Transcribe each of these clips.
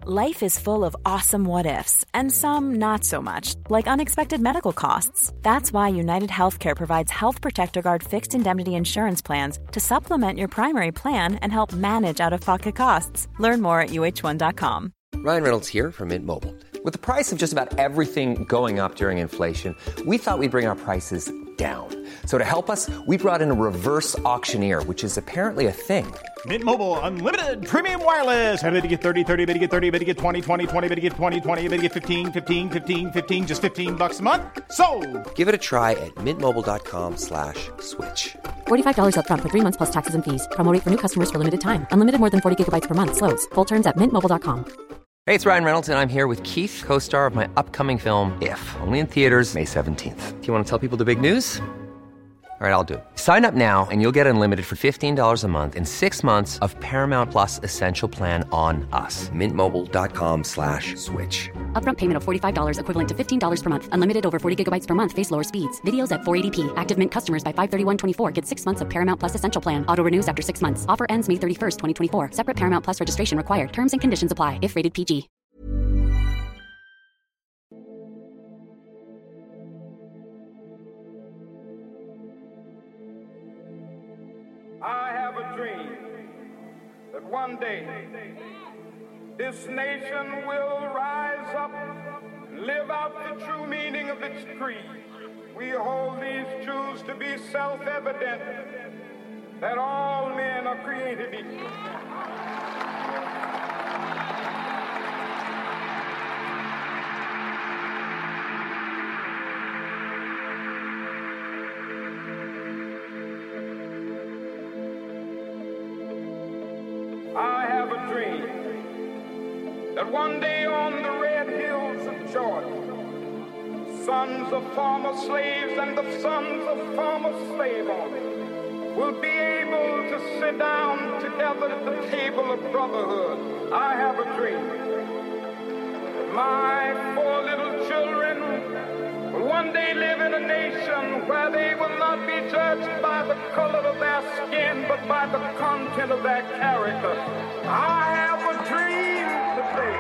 Life is full of awesome what-ifs, and some not so much, like unexpected medical costs. That's why United Healthcare provides Health Protector Guard fixed indemnity insurance plans to supplement your primary plan and help manage out-of-pocket costs. Learn more at uh1.com. Ryan Reynolds here from Mint Mobile. With the price of just about everything going up during inflation, we thought we'd bring our prices down. So to help us, we brought in a reverse auctioneer, which is apparently a thing. Mint Mobile Unlimited Premium Wireless. How to get 30, 30, bit to get 30, bit to get 20, 20, 20, bit to get 20, 20, bit to get 15, 15, 15, 15, just $15 a month? Sold! Give it a try at mintmobile.com/switch. $45 up front for 3 months plus taxes and fees. Promo rate for new customers for limited time. Unlimited more than 40 gigabytes per month. Slows full terms at mintmobile.com. Hey, it's Ryan Reynolds, and I'm here with Keith, co-star of my upcoming film, If, only in theaters May 17th. Do you want to tell people the big news? All right, I'll do it. Sign up now and you'll get unlimited for $15 a month and 6 months of Paramount Plus Essential Plan on us. mintmobile.com/switch. Upfront payment of $45 equivalent to $15 per month. Unlimited over 40 gigabytes per month. Face lower speeds. Videos at 480p. Active Mint customers by 531.24 get 6 months of Paramount Plus Essential Plan. Auto renews after 6 months. Offer ends May 31st, 2024. Separate Paramount Plus registration required. Terms and conditions apply if rated PG. I have a dream that one day this nation will rise up and live out the true meaning of its creed. We hold these truths to be self-evident, that all men are created equal. I have a dream that one day on the red hills of Georgia, sons of former slaves and the sons of former slave owners will be able to sit down together at the table of brotherhood. I have a dream that my 4 little children will one day live in a nation where they will not be judged by the color of their skin, but by the content of their character. I have a dream today.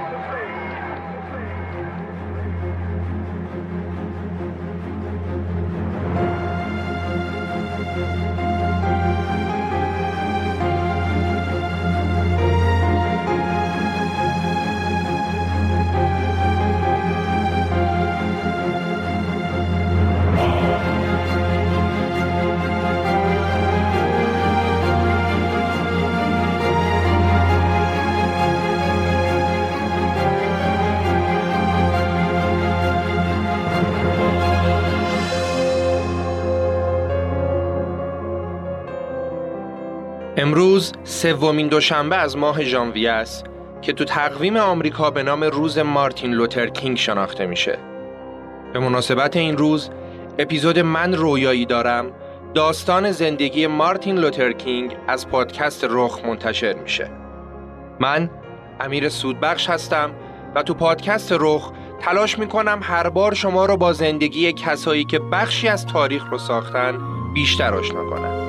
امروز سومین دوشنبه از ماه ژانویه است که تو تقویم آمریکا به نام روز مارتین لوتر کینگ شناخته میشه. به مناسبت این روز اپیزود من رویایی دارم داستان زندگی مارتین لوتر کینگ از پادکست رخ منتشر میشه. من امیر سودبخش هستم و تو پادکست رخ تلاش میکنم هر بار شما رو با زندگی کسایی که بخشی از تاریخ رو ساختن بیشتر آشنا کنم.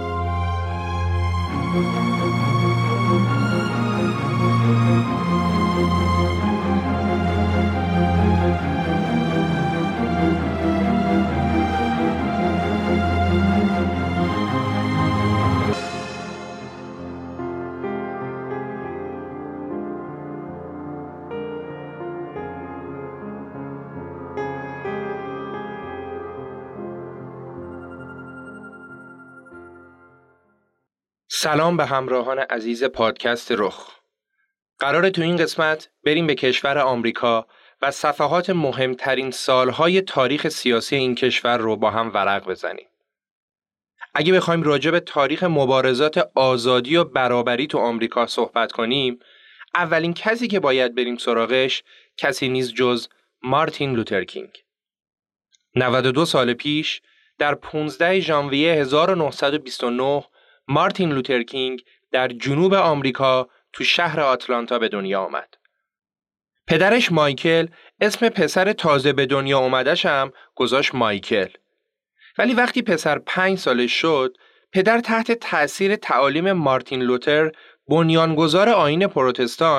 سلام به همراهان عزیز پادکست رخ. قراره تو این قسمت بریم به کشور آمریکا و صفحات مهمترین سالهای تاریخ سیاسی این کشور رو با هم ورق بزنیم. اگه بخوایم راجع به تاریخ مبارزات آزادی و برابری تو آمریکا صحبت کنیم، اولین کسی که باید بریم سراغش کسی نیست جز مارتین لوتر کینگ. 92 سال پیش در 15 ژانویه 1929 مارتین لوتر کینگ در جنوب آمریکا تو شهر آتلانتا به دنیا آمد. پدرش مایکل اسم پسر تازه به دنیا اومدش هم گذاشت مایکل. ولی وقتی پسر 5 سالش شد، پدر تحت تأثیر تعالیم مارتین لوتر بنیانگذار آیین پروتستان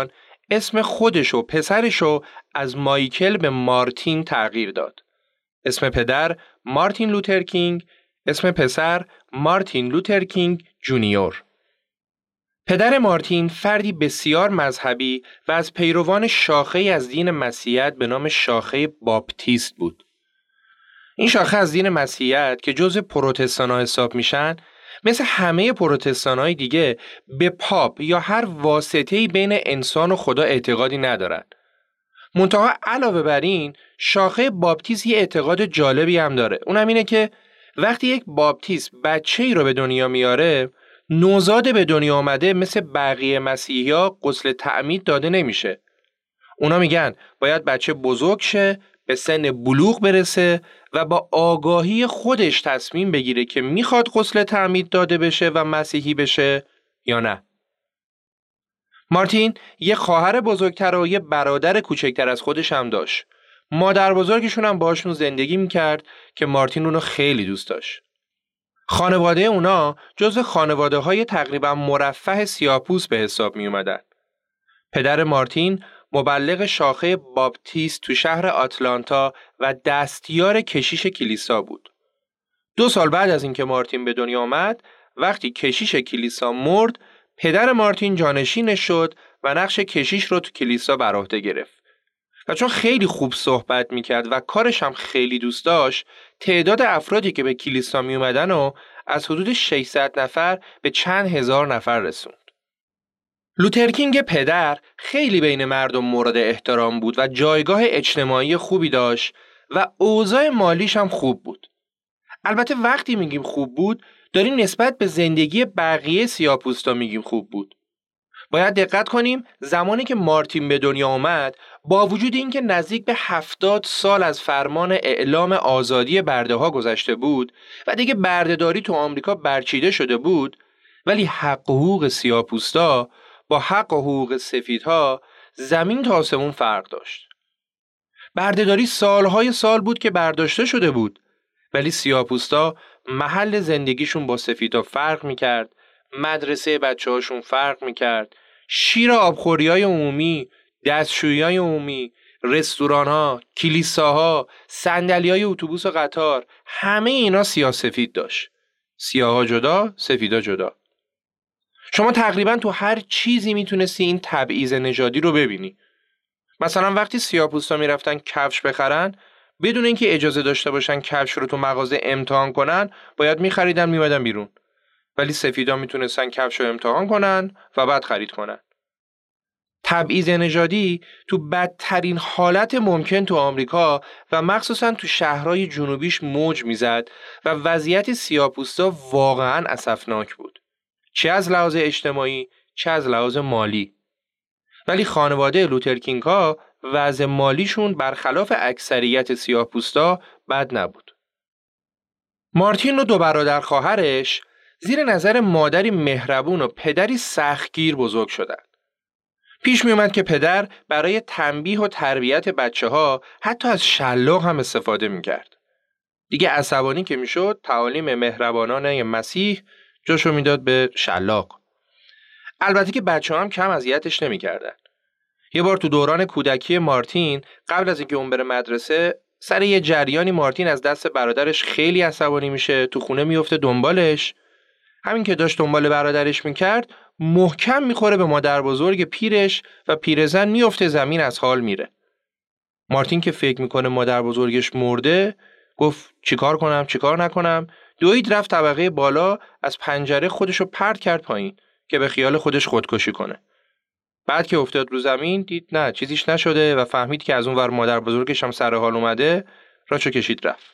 اسم خودش و پسرشو از مایکل به مارتین تغییر داد. اسم پدر مارتین لوتر کینگ، اسم پسر مارتین لوتر کینگ جونیور. پدر مارتین فردی بسیار مذهبی و از پیروان شاخه‌ای از دین مسیحیت به نام شاخه باپتیست بود. این شاخه از دین مسیحیت که جزء پروتستان‌ها حساب میشن، مثل همه پروتستان‌های دیگه به پاپ یا هر واسطه‌ای بین انسان و خدا اعتقادی ندارن. منتها علاوه بر این، شاخه باپتیست یه اعتقاد جالبی هم داره. اونم اینه که وقتی یک باپتیست بچه‌ای رو به دنیا میاره، نوزاد به دنیا آمده مثل بقیه مسیحی‌ها غسل تعمید داده نمیشه. اونا میگن باید بچه بزرگ شه، به سن بلوغ برسه و با آگاهی خودش تصمیم بگیره که میخواد غسل تعمید داده بشه و مسیحی بشه یا نه. مارتین یه خواهر بزرگتر و یه برادر کوچکتر از خودش هم داشت. مادر بزرگشون هم باشون زندگی میکرد که مارتین اونو خیلی دوست داشت. خانواده اونا جزو خانواده‌های تقریبا مرفه سیاه‌پوست به حساب می اومدن. پدر مارتین مبلغ شاخه باپتیست تو شهر آتلانتا و دستیار کشیش کلیسا بود. 2 سال بعد از اینکه مارتین به دنیا آمد، وقتی کشیش کلیسا مرد، پدر مارتین جانشینش شد و نقش کشیش رو تو کلیسا بر عهده گرفت. و چون خیلی خوب صحبت میکرد و کارش هم خیلی دوست داشت، تعداد افرادی که به کلیسا می اومدن و از حدود 600 نفر به چند هزار نفر رسوند. لوتر کینگ پدر خیلی بین مردم مورد احترام بود و جایگاه اجتماعی خوبی داشت و اوضاع مالیش هم خوب بود. البته وقتی میگیم خوب بود، داریم نسبت به زندگی بقیه سیاه‌پوستا میگیم خوب بود. باید دقت کنیم زمانی که مارتین به دنیا آمد، با وجود اینکه نزدیک به 70 سال از فرمان اعلام آزادی برده‌ها گذشته بود و دیگه بردهداری تو آمریکا برچیده شده بود، ولی حق و حقوق سیاه‌پوستا با حق و حقوق سفیدها زمین تا آسمون فرق داشت. بردهداری سالهای سال بود که برداشته شده بود، ولی سیاه‌پوستا محل زندگیشون با سفیدها فرق میکرد، مدرسه بچه‌هاشون فرق میکرد، شیر آبخوری‌های عمومی، دستشویی‌های عمومی، رستوران‌ها، کلیساها، صندلی‌های اتوبوس و قطار، همه اینا سیاه سفید داشت. سیاها جدا، سفیدا جدا. شما تقریباً تو هر چیزی میتونستی این تبعیض نژادی رو ببینی. مثلا وقتی سیاه‌پوستا میرفتن کفش بخرن، بدون اینکه اجازه داشته باشن کفش رو تو مغازه امتحان کنن، باید می‌خریدن میومدن بیرون. ولی سفیدا میتونستن کفش رو امتحان کنن و بعد خرید کنن. تبعیض نژادی تو بدترین حالت ممکن تو آمریکا و مخصوصاً تو شهرهای جنوبیش موج میزد و وضعیت سیاه‌پوستا واقعاً اسفناک بود. چه از لحاظ اجتماعی، چه از لحاظ مالی. ولی خانواده لوتر کینگ ها وضع مالیشون برخلاف اکثریت سیاه‌پوستا بد نبود. مارتین و 2 برادر خواهرش زیر نظر مادری مهربون و پدری سختگیر بزرگ شدن. پیش می اومد که پدر برای تنبیه و تربیت بچه‌ها حتی از شلاق هم استفاده می‌کرد. دیگه عصبانی که میشد، تعالیم مهربانانه مسیح جاشو میداد به شلاق. البته که بچه‌ها هم کم اذیتش نمی‌کردن. یه بار تو دوران کودکی مارتین، قبل از اینکه اون بره مدرسه، سر یه جریانی مارتین از دست برادرش خیلی عصبانی میشه، تو خونه میفته دنبالش. همین که داشت دنبال برادرش میکرد، محکم میخوره به مادر بزرگ پیرش و پیرزن میفته زمین، از حال میره. مارتین که فکر میکنه مادر بزرگش مرده، گفت چیکار کنم چیکار نکنم، دوید رفت طبقه بالا، از پنجره خودشو پرت کرد پایین که به خیال خودش خودکشی کنه. بعد که افتاد رو زمین دید نه چیزیش نشده و فهمید که از اون ور مادر بزرگش هم سر حال اومده، راچو کشید رفت.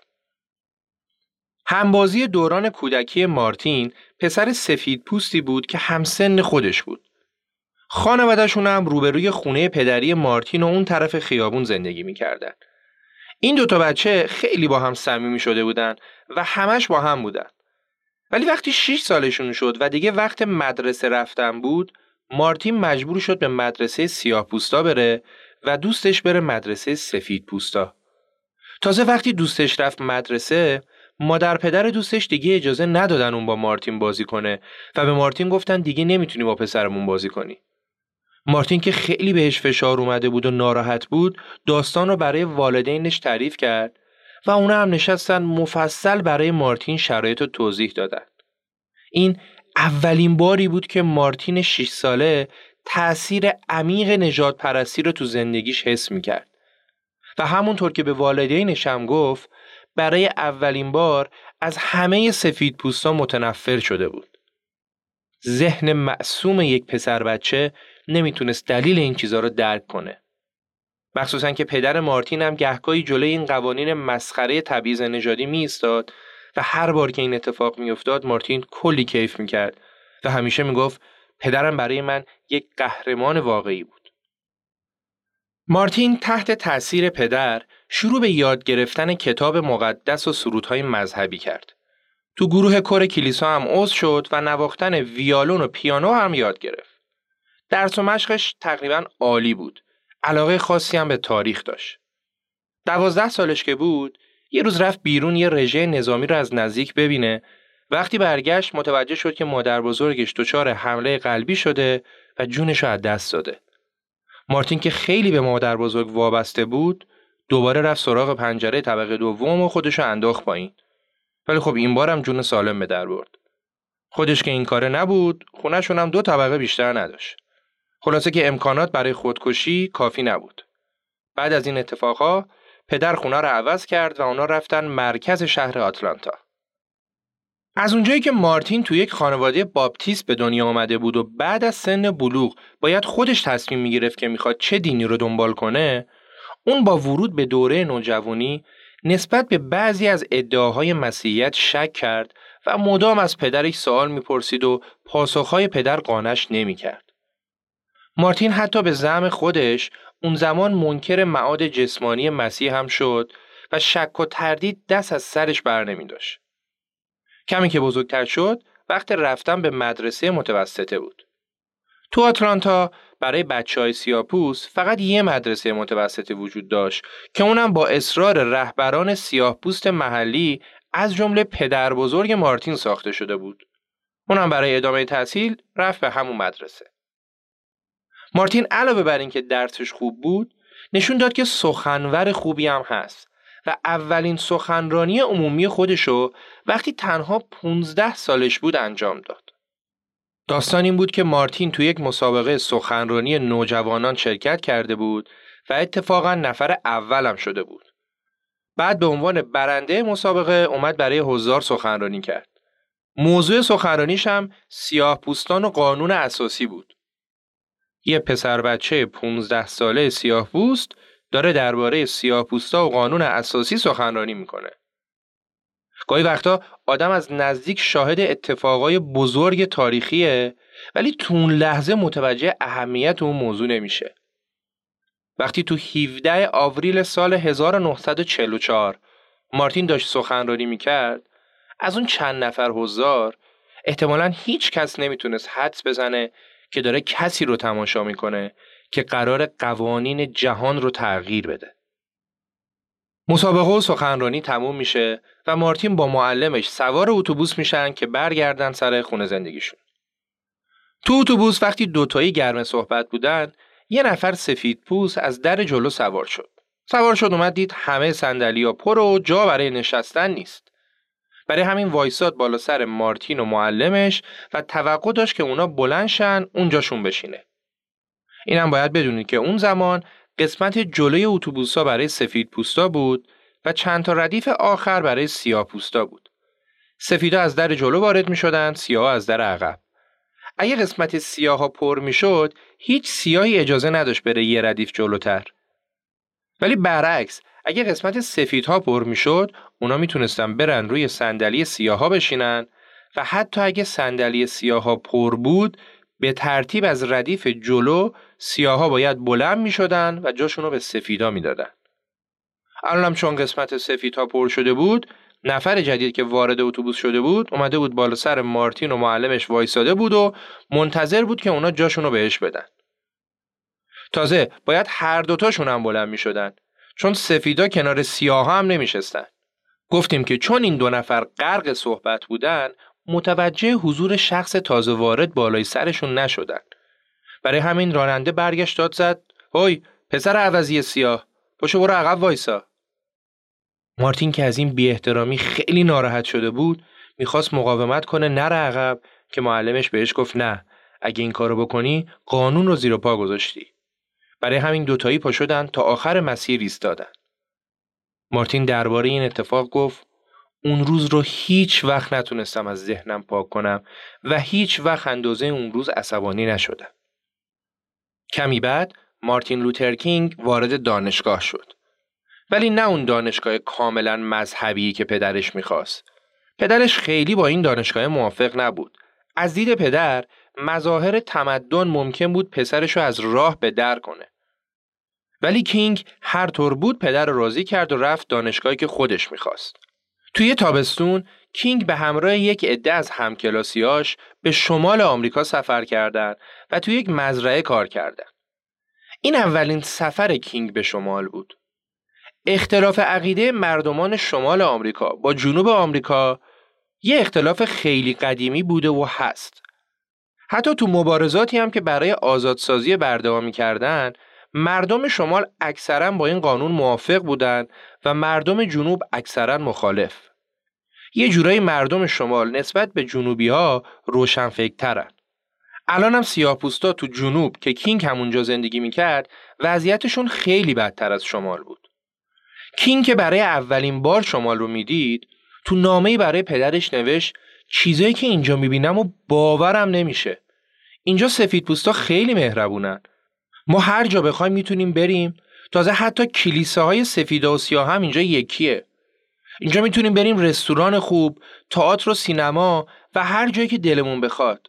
همبازی دوران کودکی مارتین پسر سفید پوستی بود که همسن خودش بود. خانواده‌شون هم روبروی خونه پدری مارتین و اون طرف خیابون زندگی می‌کردن. این 2 بچه خیلی با هم صمیمی شده بودن و همش با هم بودن. ولی وقتی 6 سالشون شد و دیگه وقت مدرسه رفتن بود، مارتین مجبور شد به مدرسه سیاه‌پوستا بره و دوستش بره مدرسه سفیدپوستا. تازه وقتی دوستش رفت مدرسه، مادر پدر دوستش دیگه اجازه ندادن اون با مارتین بازی کنه و به مارتین گفتن دیگه نمیتونی با پسرمون بازی کنی. مارتین که خیلی بهش فشار اومده بود و ناراحت بود داستان رو برای والدینش تعریف کرد و اونا هم نشستن مفصل برای مارتین شرایط رو توضیح دادن. این اولین باری بود که مارتین 6 ساله تأثیر عمیق نژاد پرستی رو تو زندگیش حس می‌کرد و همونطور که به والدینش هم گفت برای اولین بار از همه سفیدپوستا متنفر شده بود. ذهن معصوم یک پسر بچه نمیتونست دلیل این چیزا رو درک کنه. مخصوصاً که پدر مارتین هم گهگاهی جلوی این قوانین مسخره تبعیض نژادی می ایستاد و هر بار که این اتفاق می افتاد مارتین کلی کیف می کرد و همیشه می گفت پدرم برای من یک قهرمان واقعی بود. مارتین تحت تأثیر پدر شروع به یاد گرفتن کتاب مقدس و سرودهای مذهبی کرد. تو گروه کور کلیسا هم عضو شد و نواختن ویولون و پیانو هم یاد گرفت. درس و مشقش تقریباً عالی بود. علاقه خاصی هم به تاریخ داشت. 12 سالش که بود، یه روز رفت بیرون یه رژه نظامی رو از نزدیک ببینه. وقتی برگشت متوجه شد که مادر بزرگش دچار حمله قلبی شده و جونش رو از دست داده. مارتین که خیلی به مادر بزرگ وابسته بود، دوباره رفت سراغ پنجره طبقه دوم و خودش رو انداخت پایین. ولی خب این بارم جون سالم به در برد. خودش که این کاره نبود، خونه‌شون هم 2 طبقه بیشتر نداشت. خلاصه که امکانات برای خودکشی کافی نبود. بعد از این اتفاقها پدر خونه رو عوض کرد و اونا رفتن مرکز شهر آتلانتا. از اونجایی که مارتین تو یک خانواده باپتیست به دنیا آمده بود و بعد از سن بلوغ باید خودش تصمیم میگرفت که میخواد چه دینی رو دنبال کنه، اون با ورود به دوره نوجوانی نسبت به بعضی از ادعاهای مسیحیت شک کرد و مدام از پدرش سوال میپرسید و پاسخهای پدر قانعش نمیکرد. مارتین حتی به زعم خودش اون زمان منکر معاد جسمانی مسیح هم شد و شک و تردید دست از سرش بر نمی داشت. کمی که بزرگتر شد وقت رفتن به مدرسه متوسطه بود. تو آتلانتا برای بچه‌های سیاه‌پوست فقط یه مدرسه متوسطه وجود داشت که اونم با اصرار رهبران سیاه‌پوست محلی از جمله پدر بزرگ مارتین ساخته شده بود. اونم برای ادامه تحصیل رفت به همون مدرسه. مارتین علاوه بر این که درسش خوب بود، نشون داد که سخنور خوبی هم هست و اولین سخنرانی عمومی خودشو وقتی تنها 15 سالش بود انجام داد. داستان این بود که مارتین تو یک مسابقه سخنرانی نوجوانان شرکت کرده بود و اتفاقا نفر اولم شده بود. بعد به عنوان برنده مسابقه اومد برای حضار سخنرانی کرد. موضوع سخنرانیش هم سیاه‌پوستان و قانون اساسی بود. یه پسر بچه 15 ساله سیاه‌پوست داره درباره سیاه‌پوستا و قانون اساسی سخنرانی میکنه. گاهی وقتا آدم از نزدیک شاهد اتفاقای بزرگ تاریخیه ولی تو اون لحظه متوجه اهمیت اون موضوع نمیشه. وقتی تو 17 آوریل سال 1944 مارتین داشت سخنرانی میکرد، از اون چند نفر حضار احتمالاً هیچ کس نمیتونست حدس بزنه که داره کسی رو تماشا میکنه که قرار قوانین جهان رو تغییر بده. مسابقه و سخنرانی تموم میشه و مارتین با معلمش سوار اتوبوس میشن که برگردن سر خونه زندگیشون. تو اتوبوس وقتی دوتایی گرم صحبت بودن، یه نفر سفیدپوست از در جلو سوار شد اومد دید همه صندلی‌ها پر و جا برای نشستن نیست. برای همین وایساد بالا سر مارتین و معلمش و توقع داشت که اونا بلند شن اونجاشون بشینه. اینم باید بدونید که اون زمان قسمت جلوی اتوبوس‌ها برای سفیدپوستا بود و چند تا ردیف آخر برای سیاه‌پوستا بود. سفیدا از در جلو وارد می‌شدن، سیاها از در عقب. اگه قسمت سیاها پر می‌شد، هیچ سیاهی اجازه نداشت بره یه ردیف جلوتر. ولی برعکس، اگه قسمت سفیدها پر می‌شد، اونا میتونستن برن روی صندلی سیاها بشینن و حتی اگه صندلی سیاها پر بود، به ترتیب از ردیف جلو سیاها باید بلند میشدن و جاشونو به سفیدا میدادن. الانم چون قسمت سفیدها پر شده بود، نفر جدید که وارد اتوبوس شده بود اومده بود بالا سر مارتین و معلمش وایساده بود و منتظر بود که اونا جاشونو بهش بدن. تازه باید هر دوتاشون هم بلند میشدن، چون سفیدا کنار سیاها هم نمیشستن. گفتیم که چون این 2 نفر غرق صحبت بودن، متوجه حضور شخص تازه وارد بالای سرشون نشدن. برای همین راننده برگشت داد زد: هوی پسر عوضی سیاه، پاشو برو عقب وایسا. مارتین که از این بی‌احترامی خیلی ناراحت شده بود، میخواست مقاومت کنه نره عقب، که معلمش بهش گفت نه، اگه این کارو بکنی قانون رو زیر پا گذاشتی. برای همین دوتایی پا شدن تا آخر مسیر ایستادن. مارتین درباره این اتفاق گفت: اون روز رو هیچ وقت نتونستم از ذهنم پاک کنم و هیچ وقت اندازه اون روز عصبانی نشدم. کمی بعد مارتین لوتر کینگ وارد دانشگاه شد. ولی نه اون دانشگاه کاملا مذهبی که پدرش میخواست. پدرش خیلی با این دانشگاه موافق نبود. از دید پدر مظاهر تمدن ممکن بود پسرشو از راه به در کنه. ولی کینگ هر طور بود پدر راضی کرد و رفت دانشگاهی که خودش میخواست. توی تابستون کینگ به همراه یک عده از همکلاسیاش به شمال آمریکا سفر کردند و توی یک مزرعه کار کردند. این اولین سفر کینگ به شمال بود. اختلاف عقیده مردمان شمال آمریکا با جنوب آمریکا یه اختلاف خیلی قدیمی بوده و هست. حتی تو مبارزاتی هم که برای آزادسازی برده‌ها می‌کردن، مردم شمال اکثراً با این قانون موافق بودن و مردم جنوب اکثراً مخالف. یه جورایی مردم شمال نسبت به جنوبی‌ها روشنفکرترن. الان هم سیاه‌پوستا تو جنوب که کینگ همونجا زندگی می‌کرد، وضعیتشون خیلی بدتر از شمال بود. کینگ که برای اولین بار شمال رو میدید، تو نامه‌ای برای پدرش نوشت: چیزایی که اینجا میبینم و باورم نمیشه. اینجا سفیدپوستا خیلی مهربونن. ما هر جا بخوایم میتونیم بریم. تازه حتی کلیساهای سفیدا و سیاه هم اینجا یکیه. اینجا میتونیم بریم رستوران خوب، تئاتر و سینما و هر جایی که دلمون بخواد.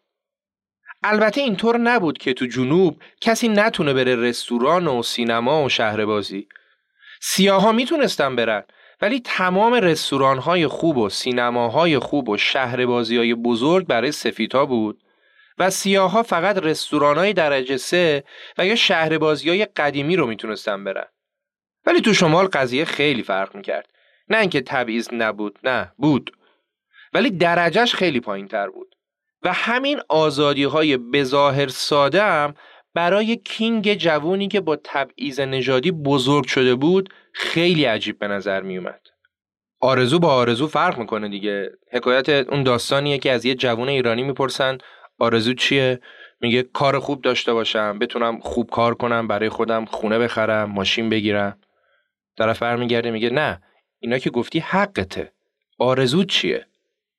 البته اینطور نبود که تو جنوب کسی نتونه بره رستوران و سینما و شهربازی. سیاها میتونستن برن، ولی تمام رستوران‌های خوب و سینماهای خوب و شهربازی‌های بزرگ برای سفیدها بود و سیاها فقط رستوران‌های درجه 3 و یا شهربازی‌های قدیمی رو میتونستن برن. ولی تو شمال قضیه خیلی فرق میکرد. نه اینکه تبعیض نبود، نه بود، ولی درجهش خیلی پایین‌تر بود. و همین آزادی‌های بظاهر ساده هم برای کینگ جوونی که با تبعیض نژادی بزرگ شده بود خیلی عجیب به نظر می اومد. آرزو با آرزو فرق میکنه دیگه. حکایت اون داستانیه که از یه جوون ایرانی میپرسن آرزو چیه؟ میگه کار خوب داشته باشم، بتونم خوب کار کنم، برای خودم خونه بخرم، ماشین بگیرم. طرف برمیگرده میگه نه، اینا که گفتی حقته. آرزو چیه؟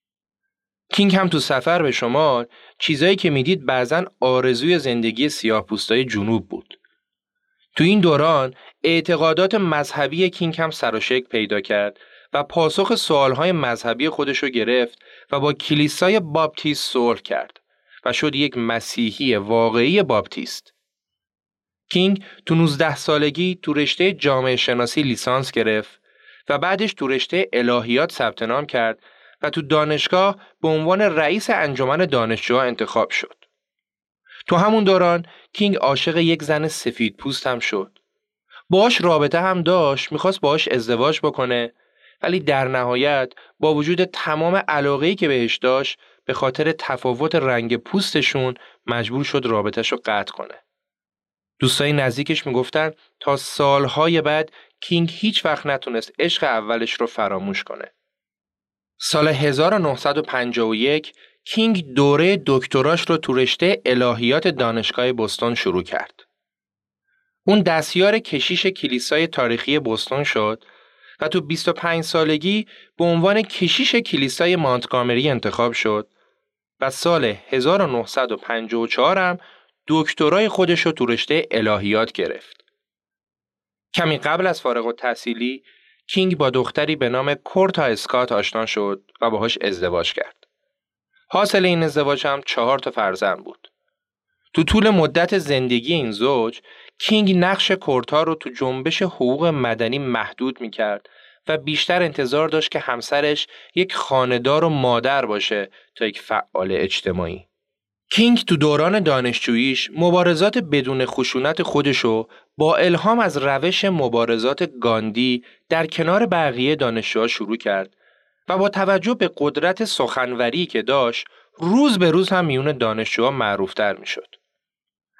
کینگ هم تو سفر به شمال چیزایی که میدید بعضن آرزوی زندگی سیاه‌پوستای جنوب بود. تو این دوران اعتقادات مذهبی کینگ هم سر و شکل پیدا کرد و پاسخ سوالهای مذهبی خودشو گرفت و با کلیسای باپتیست صلح کرد و شد یک مسیحی واقعی باپتیست. کینگ تو 19 سالگی تو رشته جامعه شناسی لیسانس گرفت و بعدش تو رشته الهیات ثبت نام کرد و تو دانشگاه به عنوان رئیس انجمن دانشجوها انتخاب شد. تو همون دوران کینگ عاشق یک زن سفید پوست هم شد. باهاش رابطه هم داشت، میخواست باهاش ازدواج بکنه، ولی در نهایت با وجود تمام علاقه‌ای که بهش داشت به خاطر تفاوت رنگ پوستشون مجبور شد رابطه‌شو قطع کنه. دوستای نزدیکش میگفتن تا سالهای بعد کینگ هیچ وقت نتونست عشق اولش رو فراموش کنه. سال 1951 کینگ دوره دکتراش رو تو رشته الهیات دانشگاه بوستون شروع کرد. اون دستیار کشیش کلیسای تاریخی بوستون شد و تو 25 سالگی به عنوان کشیش کلیسای مانتگامری انتخاب شد و سال 1954 هم دکترای خودش رو تو رشته الهیات گرفت. کمی قبل از فارغ التحصیلی کینگ با دختری به نام کورتا اسکات آشنا شد و باهاش ازدواج کرد. حاصل این ازدواج هم 4 فرزند بود. تو طول مدت زندگی این زوج، کینگ نقش کورتا رو تو جنبش حقوق مدنی محدود می‌کرد و بیشتر انتظار داشت که همسرش یک خانه‌دار و مادر باشه تا یک فعال اجتماعی. کینگ تو دوران دانشجوییش مبارزات بدون خشونت خودشو با الهام از روش مبارزات گاندی در کنار بقیه دانشجوها شروع کرد و با توجه به قدرت سخنوری که داشت روز به روز هم میون دانشجوها معروفتر میشد.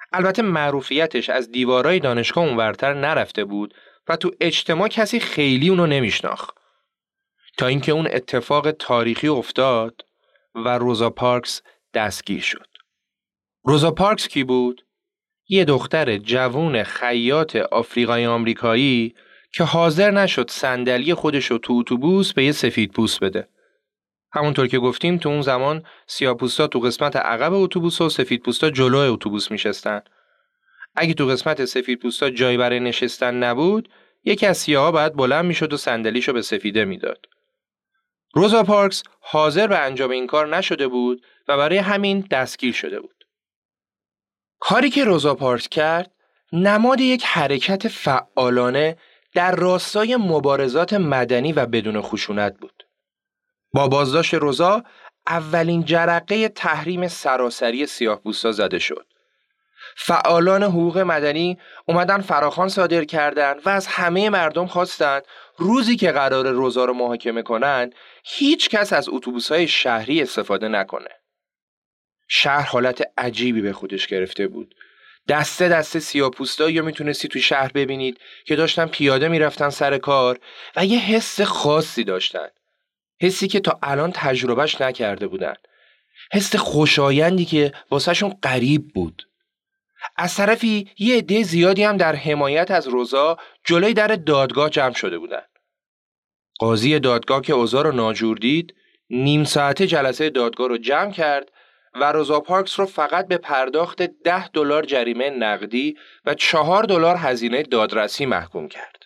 البته معروفیتش از دیوارای دانشگاه اونورتر نرفته بود و تو اجتماع کسی خیلی اونو نمیشناخت. تا اینکه اون اتفاق تاریخی افتاد و روزا پارکس دستگیر شد. روزا پارکس کی بود؟ یه دختر جوون خیاط آفریقایی آمریکایی که حاضر نشد صندلی خودشو تو اتوبوس به یه سفیدپوست بده. همونطور که گفتیم تو اون زمان سیاه‌پوستا تو قسمت عقب اتوبوس و سفیدپوستا جلوی اتوبوس میشستن. اگه تو قسمت سفیدپوستا جایی برای نشستن نبود، یکی از سیاها باید بلند میشد و صندلیشو به سفیده میداد. روزا پارکس حاضر به انجام این کار نشده بود و برای همین دستگیر شده بود. کاری که روزا پارکس کرد نماد یک حرکت فعالانه در راستای مبارزات مدنی و بدون خشونت بود. با بازداشت روزا اولین جرقه تحریم سراسری سیاه‌پوستا زده شد. فعالان حقوق مدنی اومدن فراخوان صادر کردند و از همه مردم خواستند روزی که قرار روزا رو محاکمه کنن هیچ کس از اتوبوس‌های شهری استفاده نکنه. شهر حالت عجیبی به خودش گرفته بود. دسته دسته سیاه‌پوستایی رو میتونستی تو شهر ببینید که داشتن پیاده میرفتن سر کار و یه حس خاصی داشتن. حسی که تا الان تجربهش نکرده بودن. حس خوشایندی که واسهشون غریب بود. از طرفی یه عده زیادی هم در حمایت از روزا جلوی در دادگاه جمع شده بودن. قاضی دادگاه که اوضاع رو ناجور دید، نیم ساعته جلسه دادگاه رو جمع کرد و روزا پارکس رو فقط به پرداخت $10 جریمه نقدی و $4 هزینه دادرسی محکوم کرد.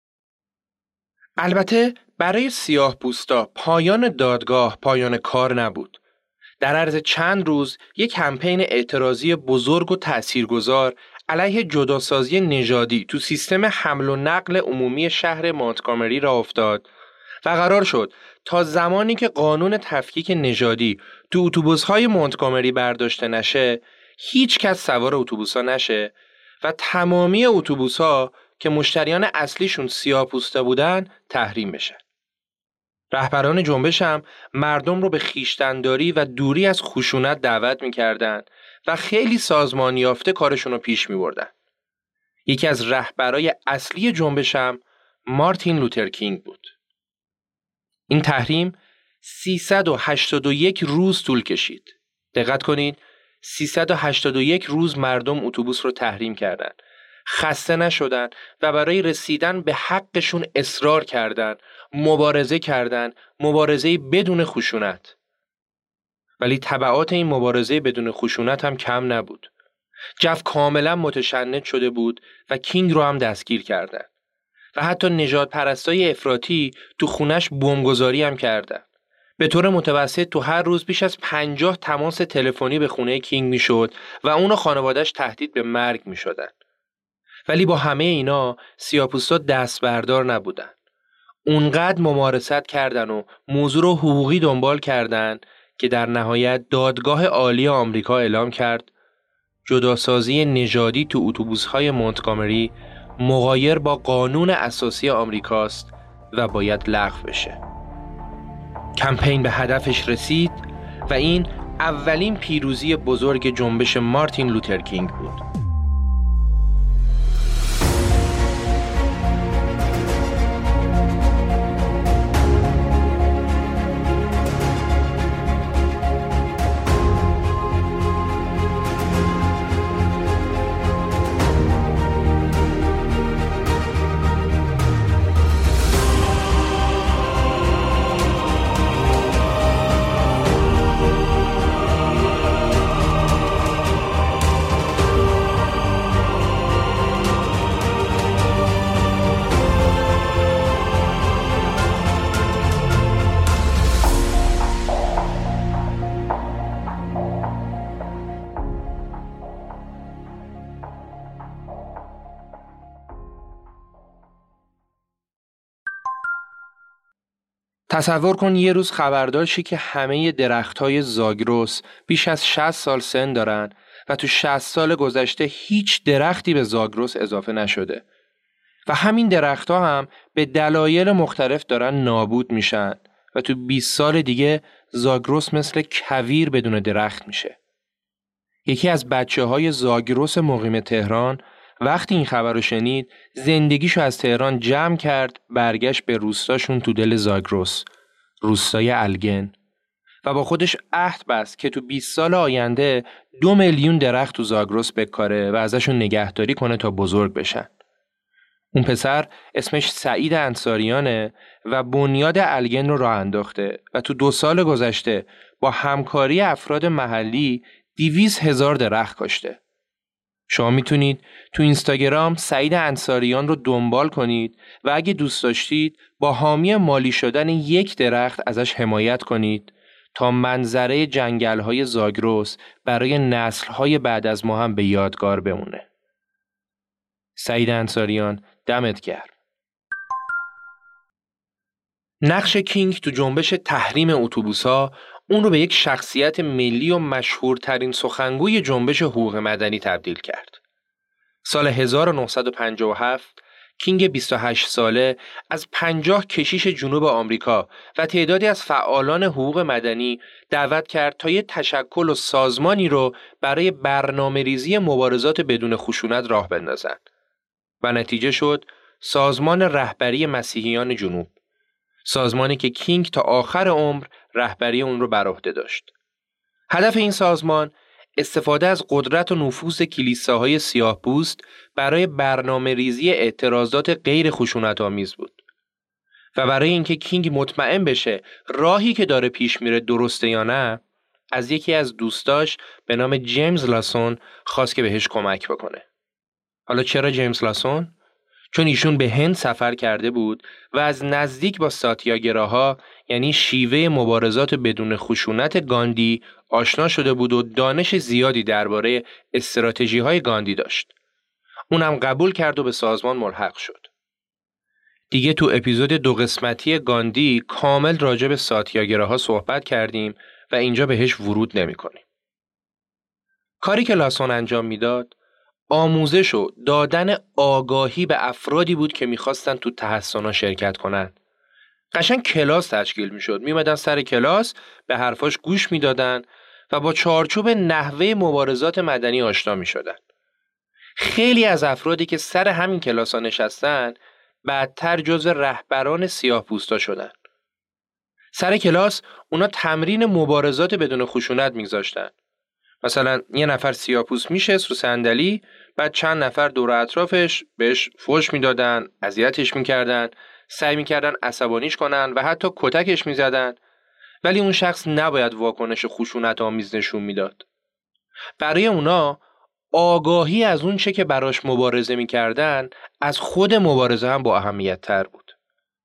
البته برای سیاه‌پوستا پایان دادگاه پایان کار نبود. در عرض چند روز یک کمپین اعتراضی بزرگ و تأثیرگذار علیه جداسازی نژادی تو سیستم حمل و نقل عمومی شهر مونتگومری راه افتاد و قرار شد تا زمانی که قانون تفکیک نژادی تو اتوبوس‌های مونتگومری برداشته نشه، هیچ کس سوار اتوبوس‌ها نشه و تمامی اتوبوس‌ها که مشتریان اصلیشون سیاه‌پوستا بودن تحریم بشه. رهبران جنبش هم مردم رو به خویشتن‌داری و دوری از خشونت دعوت می‌کردند و خیلی سازمان یافته کارشون رو پیش می‌بردن. یکی از رهبرای اصلی جنبش هم مارتین لوتر کینگ بود. این تحریم 381 روز طول کشید. دقت کنید، 381 روز مردم اتوبوس رو تحریم کردند. خسته نشدن و برای رسیدن به حقشون اصرار کردند، مبارزه کردند، مبارزه بدون خشونت. ولی تبعات این مبارزه بدون خشونت هم کم نبود. جو کاملا متشنج شده بود و کینگ رو هم دستگیر کردند. و حتی نژاد پرستای افراطی تو خونش بمبگذاری هم کردند. به طور متوسط تو هر روز بیش از 50 تماس تلفنی به خونه کینگ میشد و اون و خانواده‌اش تهدید به مرگ میشدن. ولی با همه اینا سیاه‌پوستا دست بردار نبودن. اونقدر ممارست کردن و موضوع رو حقوقی دنبال کردن که در نهایت دادگاه عالی آمریکا اعلام کرد جداسازی نژادی تو اتوبوس‌های مونتگومری مغایر با قانون اساسی آمریکاست و باید لغو بشه. کمپین به هدفش رسید و این اولین پیروزی بزرگ جنبش مارتین لوتر کینگ بود. تصور کن یه روز خبردار شی که همه درختای زاگرس بیش از 60 سال سن دارن و تو 60 سال گذشته هیچ درختی به زاگرس اضافه نشده و همین درختها هم به دلایل مختلف دارن نابود میشن و تو 20 سال دیگه زاگرس مثل کویر بدون درخت میشه. یکی از بچه‌های زاگرس مقیم تهران وقتی این خبر رو شنید زندگیشو از تهران جمع کرد، برگشت به روستاشون تو دل زاگرس، روستای الگن، و با خودش عهد بست که تو 20 سال آینده 2 میلیون درخت تو زاگرس بکاره و ازشون نگهداری کنه تا بزرگ بشن. اون پسر اسمش سعید انصاریانه و بنیاد الگن رو راه انداخته و تو 2 سال گذشته با همکاری افراد محلی 200,000 درخت کاشته. شما میتونید تو اینستاگرام سعید انصاریان رو دنبال کنید و اگه دوست داشتید با حامی مالی شدن 1 درخت ازش حمایت کنید تا منظره جنگل‌های زاگرس برای نسل‌های بعد از ما هم به یادگار بمونه. سعید انصاریان، دمت گرم. نقش کینگ تو جنبش تحریم اتوبوس‌ها اون رو به یک شخصیت ملی و مشهورترین سخنگوی جنبش حقوق مدنی تبدیل کرد. سال 1957 کینگ 28 ساله از 50 کشیش جنوب آمریکا و تعدادی از فعالان حقوق مدنی دعوت کرد تا یک تشکل و سازمانی رو برای برنامه‌ریزی مبارزات بدون خشونت راه بندازن و نتیجه شد سازمان رهبری مسیحیان جنوب، سازمانی که کینگ تا آخر عمر رهبری اون رو بر عهده داشت. هدف این سازمان استفاده از قدرت و نفوذ کلیساهای سیاه‌پوست برای برنامه‌ریزی اعتراضات غیر خشونت‌آمیز بود و برای اینکه کینگ مطمئن بشه راهی که داره پیش میره درسته یا نه، از یکی از دوستاش به نام جیمز لاسون خواست که بهش کمک بکنه. حالا چرا جیمز لاسون؟ چون ایشون به هند سفر کرده بود و از نزدیک با ساتیاگراها یعنی شیوه مبارزات بدون خشونت گاندی آشنا شده بود و دانش زیادی درباره استراتژی‌های گاندی داشت. اونم قبول کرد و به سازمان ملحق شد. دیگه تو اپیزود 2 قسمتی گاندی کامل راجع به ساتیاگراها صحبت کردیم و اینجا بهش ورود نمی‌کنیم. کاری که لاسون انجام میداد آموزش و دادن آگاهی به افرادی بود که میخواستن تو تحصنا شرکت کنن. قشنگ کلاس تشکیل میشد. میومدن سر کلاس به حرفاش گوش میدادن و با چارچوب نحوه مبارزات مدنی آشنا میشدن. خیلی از افرادی که سر همین کلاس‌ها نشستن بعدتر جزو رهبران سیاه‌پوستا شدن. سر کلاس اونا تمرین مبارزات بدون خشونت میگذاشتن. مثلا یه نفر سیاه‌پوست میشست رو صندلی، بعد چند نفر دور اطرافش بهش فحش میدادن، اذیتش میکردن، سعی میکردن عصبانیش کنن و حتی کتکش میزدن، ولی اون شخص نباید واکنش خشونت آمیز نشون میداد. برای اونا آگاهی از اون چه که براش مبارزه میکردن از خود مبارزه هم با اهمیت تر بود.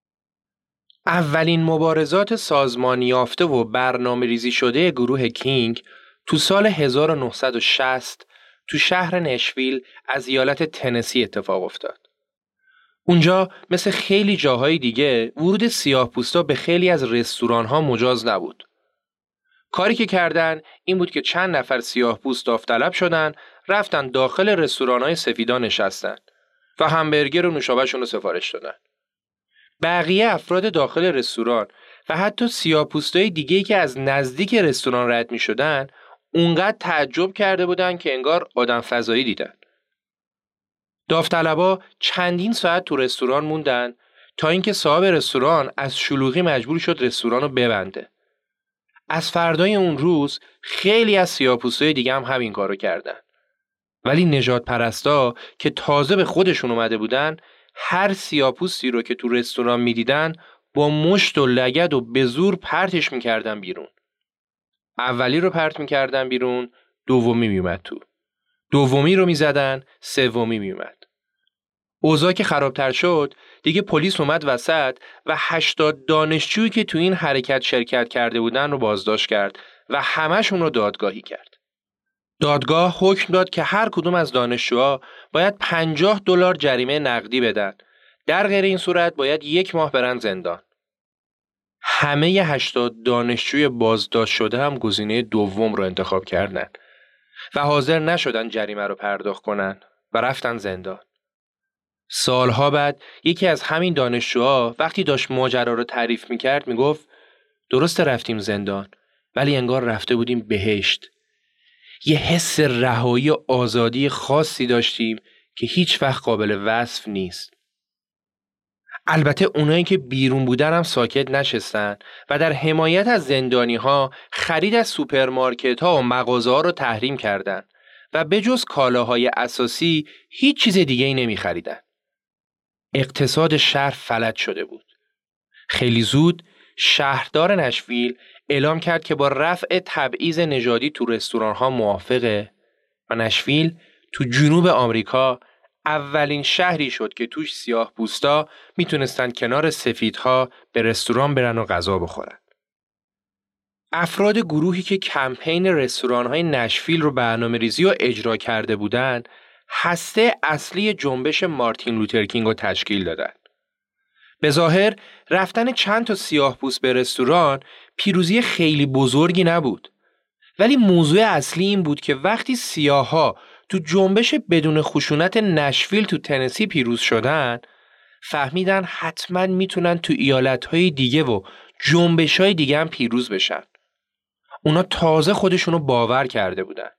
اولین مبارزات سازمانی یافته و برنامه ریزی شده گروه کینگ تو سال 1960 تو شهر نشویل از ایالت تنسی اتفاق افتاد. اونجا مثل خیلی جاهای دیگه ورود سیاه‌پوستا به خیلی از رستوران‌ها مجاز نبود. کاری که کردن این بود که چند نفر سیاه‌پوست داوطلب شدن، رفتن داخل رستوران‌های سفیدا نشستن و همبرگر و نوشابه‌شون رو سفارش دادن. بقیه افراد داخل رستوران و حتی سیاه‌پوستای دیگه‌ای که از نزدیک رستوران رد می‌شدن اونقدر تعجب کرده بودن که انگار آدم فضایی دیدن. داوطلبا چندین ساعت تو رستوران موندن تا اینکه صاحب رستوران از شلوغی مجبور شد رستوران رو ببنده. از فردای اون روز خیلی از سیاه‌پوستای دیگه هم همین کارو کردن. ولی نژاد پرستا که تازه به خودشون اومده بودن هر سیاه‌پوستی رو که تو رستوران میدیدن با مشت و لگد و به زور پرتش میکردن بیرون. اولی رو پرت میکردن بیرون، دومی میومد تو. دومی رو میزدن، سومی میومد. اوضاع که خرابتر شد، دیگه پلیس اومد وسط و 80 دانشجویی که تو این حرکت شرکت کرده بودن رو بازداشت کرد و همه‌شون رو دادگاهی کرد. دادگاه حکم داد که هر کدوم از دانشجوها باید $50 جریمه نقدی بدن. در غیر این صورت باید 1 ماه برن زندان. همه 80 دانشجوی بازداشت شده هم گزینه دوم رو انتخاب کردن و حاضر نشدن جریمه رو پرداخت کنن و رفتن زندان. سالها بعد یکی از همین دانشجوها وقتی داشت ماجرا رو تعریف میکرد میگفت درسته رفتیم زندان ولی انگار رفته بودیم بهشت. یه حس رهایی و آزادی خاصی داشتیم که هیچ وقت قابل وصف نیست. البته اونایی که بیرون بودن هم ساکت نشستن و در حمایت از زندانی ها خرید از سوپرمارکت ها و مغازه ها رو تحریم کردن و به جز کالاهای اساسی هیچ چیز دیگه ای نمی خریدن. اقتصاد شهر فلج شده بود. خیلی زود شهردار نشویل اعلام کرد که با رفع تبعیض نژادی تو رستوران ها موافقه و نشویل تو جنوب آمریکا اولین شهری شد که توش سیاه‌پوستا میتونستن کنار سفیدها به رستوران برن و غذا بخورن. افراد گروهی که کمپین رستوران‌های نشویل رو برنامه‌ریزی و اجرا کرده بودن، هسته اصلی جنبش مارتین لوتر کینگ رو تشکیل دادن. به ظاهر رفتن چند تا سیاه‌پوست به رستوران پیروزی خیلی بزرگی نبود. ولی موضوع اصلی این بود که وقتی سیاه‌ها تو جنبش بدون خشونت نشویل تو تنسی پیروز شدن، فهمیدن حتما میتونن تو ایالت‌های دیگه و جنبش‌های دیگه هم پیروز بشن. اونا تازه خودشونو باور کرده بودن.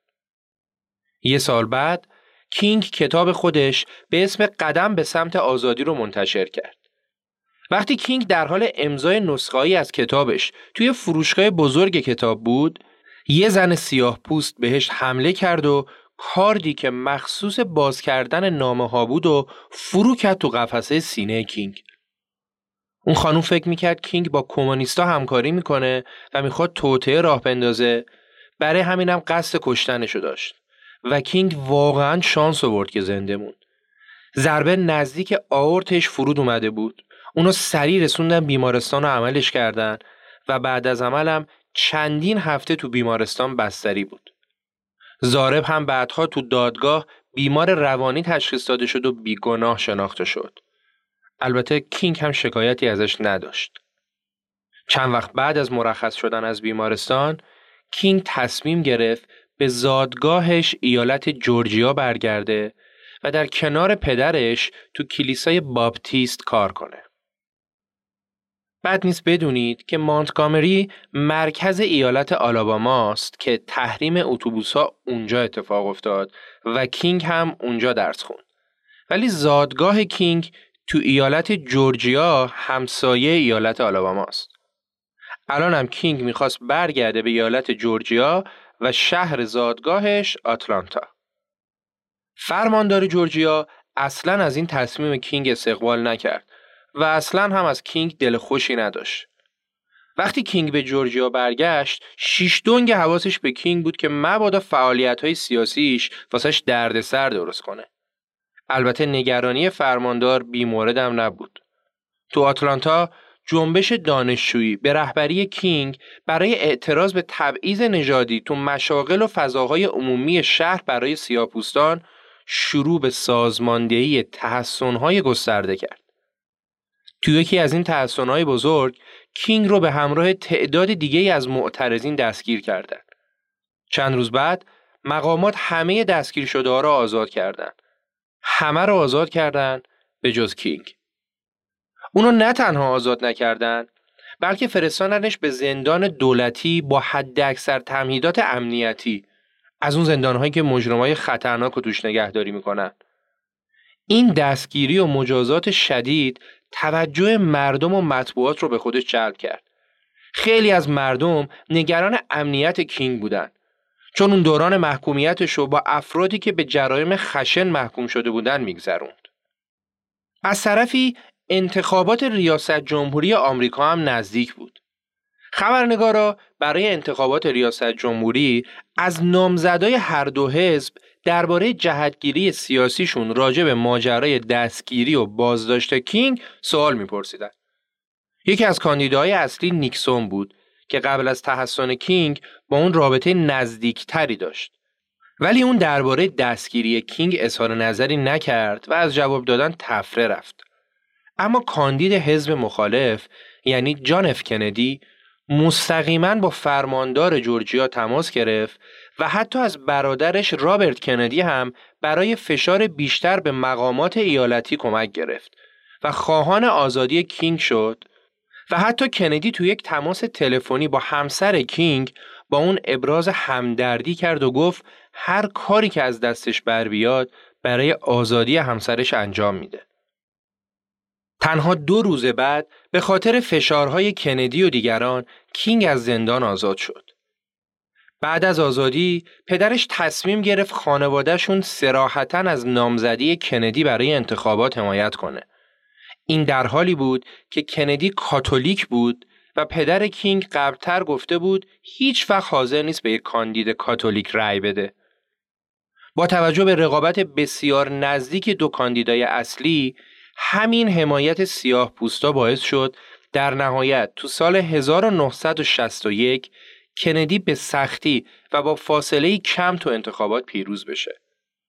یه سال بعد کینگ کتاب خودش به اسم قدم به سمت آزادی رو منتشر کرد. وقتی کینگ در حال امضای نسخه‌ای از کتابش توی فروشگاه بزرگ کتاب بود، یه زن سیاه پوست بهش حمله کرد و کاردی که مخصوص باز کردن نامه ها بود و فرو کرد تو قفسه سینه کینگ. اون خانوم فکر میکرد کینگ با کمونیستا همکاری میکنه و میخواد توطئه راه بندازه، برای همینم قصد کشتنشو داشت و کینگ واقعا شانس آورد که زنده موند. ضربه نزدیک آورتش فرود اومده بود. اونو سریع رسوندن بیمارستان و عملش کردن و بعد از عملم چندین هفته تو بیمارستان بستری بود. ضارب هم بعدها تو دادگاه بیمار روانی تشخیص داده شد و بیگناه شناخته شد. البته کینگ هم شکایتی ازش نداشت. چند وقت بعد از مرخص شدن از بیمارستان، کینگ تصمیم گرفت به زادگاهش ایالت جورجیا برگرده و در کنار پدرش تو کلیسای باپتیست کار کنه. بد نیست بدونید که مونتگامری مرکز ایالت آلاباماست که تحریم اتوبوس‌ها اونجا اتفاق افتاد و کینگ هم اونجا درس خوند. ولی زادگاه کینگ تو ایالت جورجیا همسایه ایالت آلاباماست. الان هم کینگ میخواست برگرده به ایالت جورجیا و شهر زادگاهش آتلانتا. فرماندار جورجیا اصلاً از این تصمیم کینگ استقبال نکرد و اصلاً هم از کینگ دل خوشی نداشت. وقتی کینگ به جورجیا برگشت، شیش دنگ حواسش به کینگ بود که مبادا فعالیت‌های سیاسیش واسش دردسر درست کنه. البته نگرانی فرماندار بی‌مورد هم نبود. تو آتلانتا جنبش دانشجویی به رهبری کینگ برای اعتراض به تبعیض نژادی تو مشاغل و فضاهای عمومی شهر برای سیاه‌پوستان شروع به سازماندهی تحصن‌های گسترده کرد. تو یکی از این تحصن‌های بزرگ، کینگ رو به همراه تعداد دیگه‌ای از معترضین دستگیر کردند. چند روز بعد، مقامات همه دستگیر شده‌ها را آزاد کردند. همه را آزاد کردند به جز کینگ. اونو نه تنها آزاد نکردن، بلکه فرستادنش به زندان دولتی با حداکثر تمهیدات امنیتی، از اون زندان‌هایی که مجرمای خطرناک رو توش نگهداری میکنن. این دستگیری و مجازات شدید توجه مردم و مطبوعات رو به خودش جلب کرد. خیلی از مردم نگران امنیت کینگ بودن، چون اون دوران محکومیتش رو با افرادی که به جرایم خشن محکوم شده بودن میگذروند. از طرفی انتخابات ریاست جمهوری آمریکا هم نزدیک بود. خبرنگارا برای انتخابات ریاست جمهوری از نامزدای هر دو حزب درباره جهتگیری سیاسیشون راجع به ماجرای دستگیری و بازداشت کینگ سوال میپرسیدن. یکی از کاندیداهای اصلی نیکسون بود که قبل از تحسن کینگ با اون رابطه نزدیکتری داشت. ولی اون درباره دستگیری کینگ اظهار نظری نکرد و از جواب دادن تفره رفت. اما کاندید حزب مخالف یعنی جان اف کندی مستقیما با فرماندار جورجیا تماس گرفت و حتی از برادرش رابرت کندی هم برای فشار بیشتر به مقامات ایالتی کمک گرفت و خواهان آزادی کینگ شد و حتی کندی تو یک تماس تلفنی با همسر کینگ با اون ابراز همدردی کرد و گفت هر کاری که از دستش بر بیاد برای آزادی همسرش انجام میده. تنها 2 روز بعد به خاطر فشارهای کندی و دیگران کینگ از زندان آزاد شد. بعد از آزادی پدرش تصمیم گرفت خانواده‌شون صراحتاً از نامزدی کندی برای انتخابات حمایت کنه. این در حالی بود که کندی کاتولیک بود و پدر کینگ قبلتر گفته بود هیچ وقت حاضر نیست به یک کاندید کاتولیک رأی بده. با توجه به رقابت بسیار نزدیک 2 کاندیدای اصلی، همین حمایت سیاه پوستا باعث شد در نهایت تو سال 1961 کندی به سختی و با فاصله کم تو انتخابات پیروز بشه.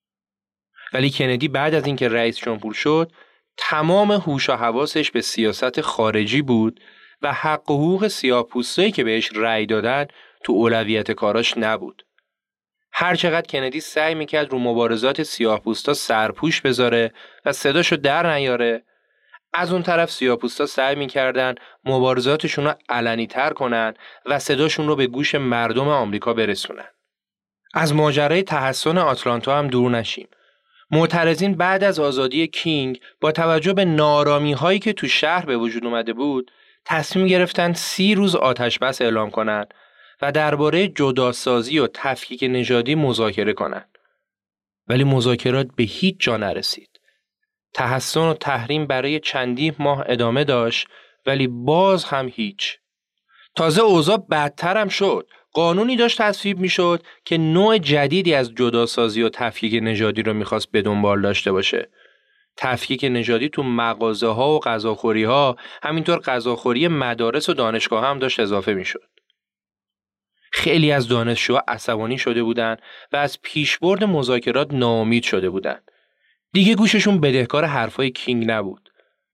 ولی کندی بعد از اینکه رئیس جمهور شد، تمام هوش و حواسش به سیاست خارجی بود و حق و حقوق سیاه‌پوستایی که بهش رأی دادن تو اولویت کاراش نبود. هر چقدر کندی سعی میکرد رو مبارزات سیاه‌پوستا سرپوش بذاره و صداشو در نیاره، از اون طرف سیاه‌پوستا سعی میکردن مبارزاتشون رو علنی تر کنن و صداشون رو به گوش مردم آمریکا برسونن. از ماجرای تحصن آتلانتا هم دور نشیم. معترضین بعد از آزادی کینگ با توجه به ناآرامی‌هایی که تو شهر به وجود اومده بود، تصمیم گرفتن 30 روز آتش بس اعلام کنن و درباره جداسازی و تفکیک نژادی مذاکره کنن. ولی مذاکرات به هیچ جا نرسید. تحصن و تحریم برای چندین ماه ادامه داشت ولی باز هم هیچ. تازه اوضاع بدتر هم شد. قانونی داشت تصویب میشد که نوع جدیدی از جداسازی و تفکیک نژادی رو میخواست به دنبال داشته باشه. تفکیک نژادی تو مغازه ها و غذاخوری ها، همینطور غذاخوری مدارس و دانشگاه هم داشت اضافه میشد. خیلی از دانشجوها عصبانی شده بودند و از پیشبرد مذاکرات ناامید شده بودند. دیگه گوششون بدهکار حرفای کینگ نبود.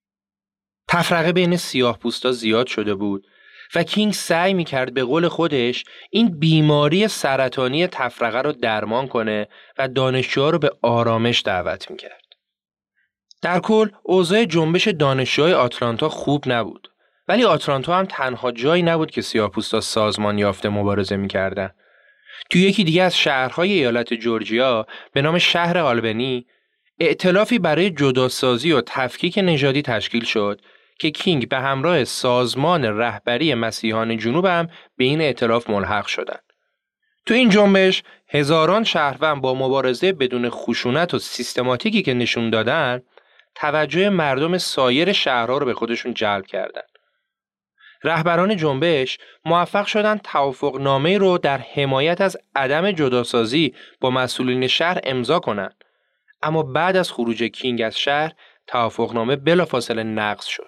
تفرقه بین سیاه‌پوستا زیاد شده بود و کینگ سعی میکرد به قول خودش این بیماری سرطانی تفرقه رو درمان کنه و دانشجوها رو به آرامش دعوت میکرد. در کل اوضاع جنبش دانشجوهای آتلانتا خوب نبود. ولی آتلانتا هم تنها جایی نبود که سیاه‌پوستا سازمان یافته مبارزه میکردن. توی یکی دیگه از شهرهای ایالت جورجیا به نام شهر آلبنی، ائتلافی برای جداسازی و تفکیک نژادی تشکیل شد که کینگ به همراه سازمان رهبری مسیحیان جنوب هم به این ائتلاف ملحق شدند. تو این جنبش هزاران شهروند با مبارزه بدون خشونت و سیستماتیکی که نشون دادن، توجه مردم سایر شهرها رو به خودشون جلب کردند. رهبران جنبش موفق شدند توافقنامه‌ای رو در حمایت از عدم جداسازی با مسئولین شهر امضا کنند. اما بعد از خروج کینگ از شهر، توافقنامه بلافاصله نقض شد.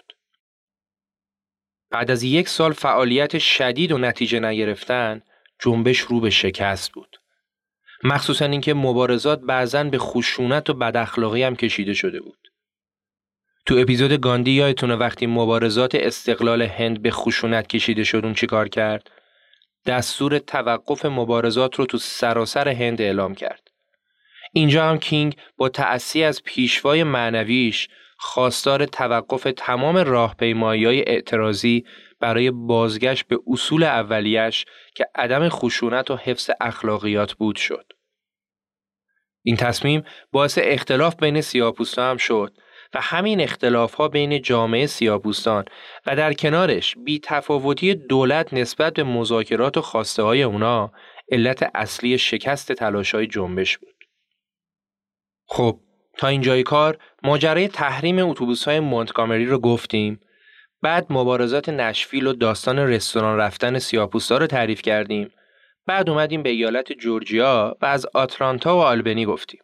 بعد از 1 سال فعالیت شدید و نتیجه نگرفتن، جنبش رو به شکست بود. مخصوصاً اینکه مبارزات بعضاً به خشونت و بداخلاقی هم کشیده شده بود. تو اپیزود گاندی یادتونه وقتی مبارزات استقلال هند به خشونت کشیده شد اون چی کار کرد؟ دستور توقف مبارزات رو تو سراسر هند اعلام کرد. اینجا هم کینگ با تأسی از پیشوای معنویش خواستار توقف تمام راهپیمایی‌های اعتراضی برای بازگشت به اصول اولیش که عدم خشونت و حفظ اخلاقیات بود شد. این تصمیم باعث اختلاف بین سیاه‌پوستان هم شد و همین اختلاف‌ها بین جامعه سیاه‌پوستان و در کنارش بی‌تفاوتی دولت نسبت به مذاکرات و خواسته‌های اونا علت اصلی شکست تلاش‌های جنبش بود. خب تا اینجای کار ماجرای تحریم اتوبوس‌های مونتگامری رو گفتیم، بعد مبارزات نشویل و داستان رستوران رفتن سیاه‌پوستا رو تعریف کردیم، بعد اومدیم به ایالت جورجیا و از آتلانتا و آلبنی گفتیم.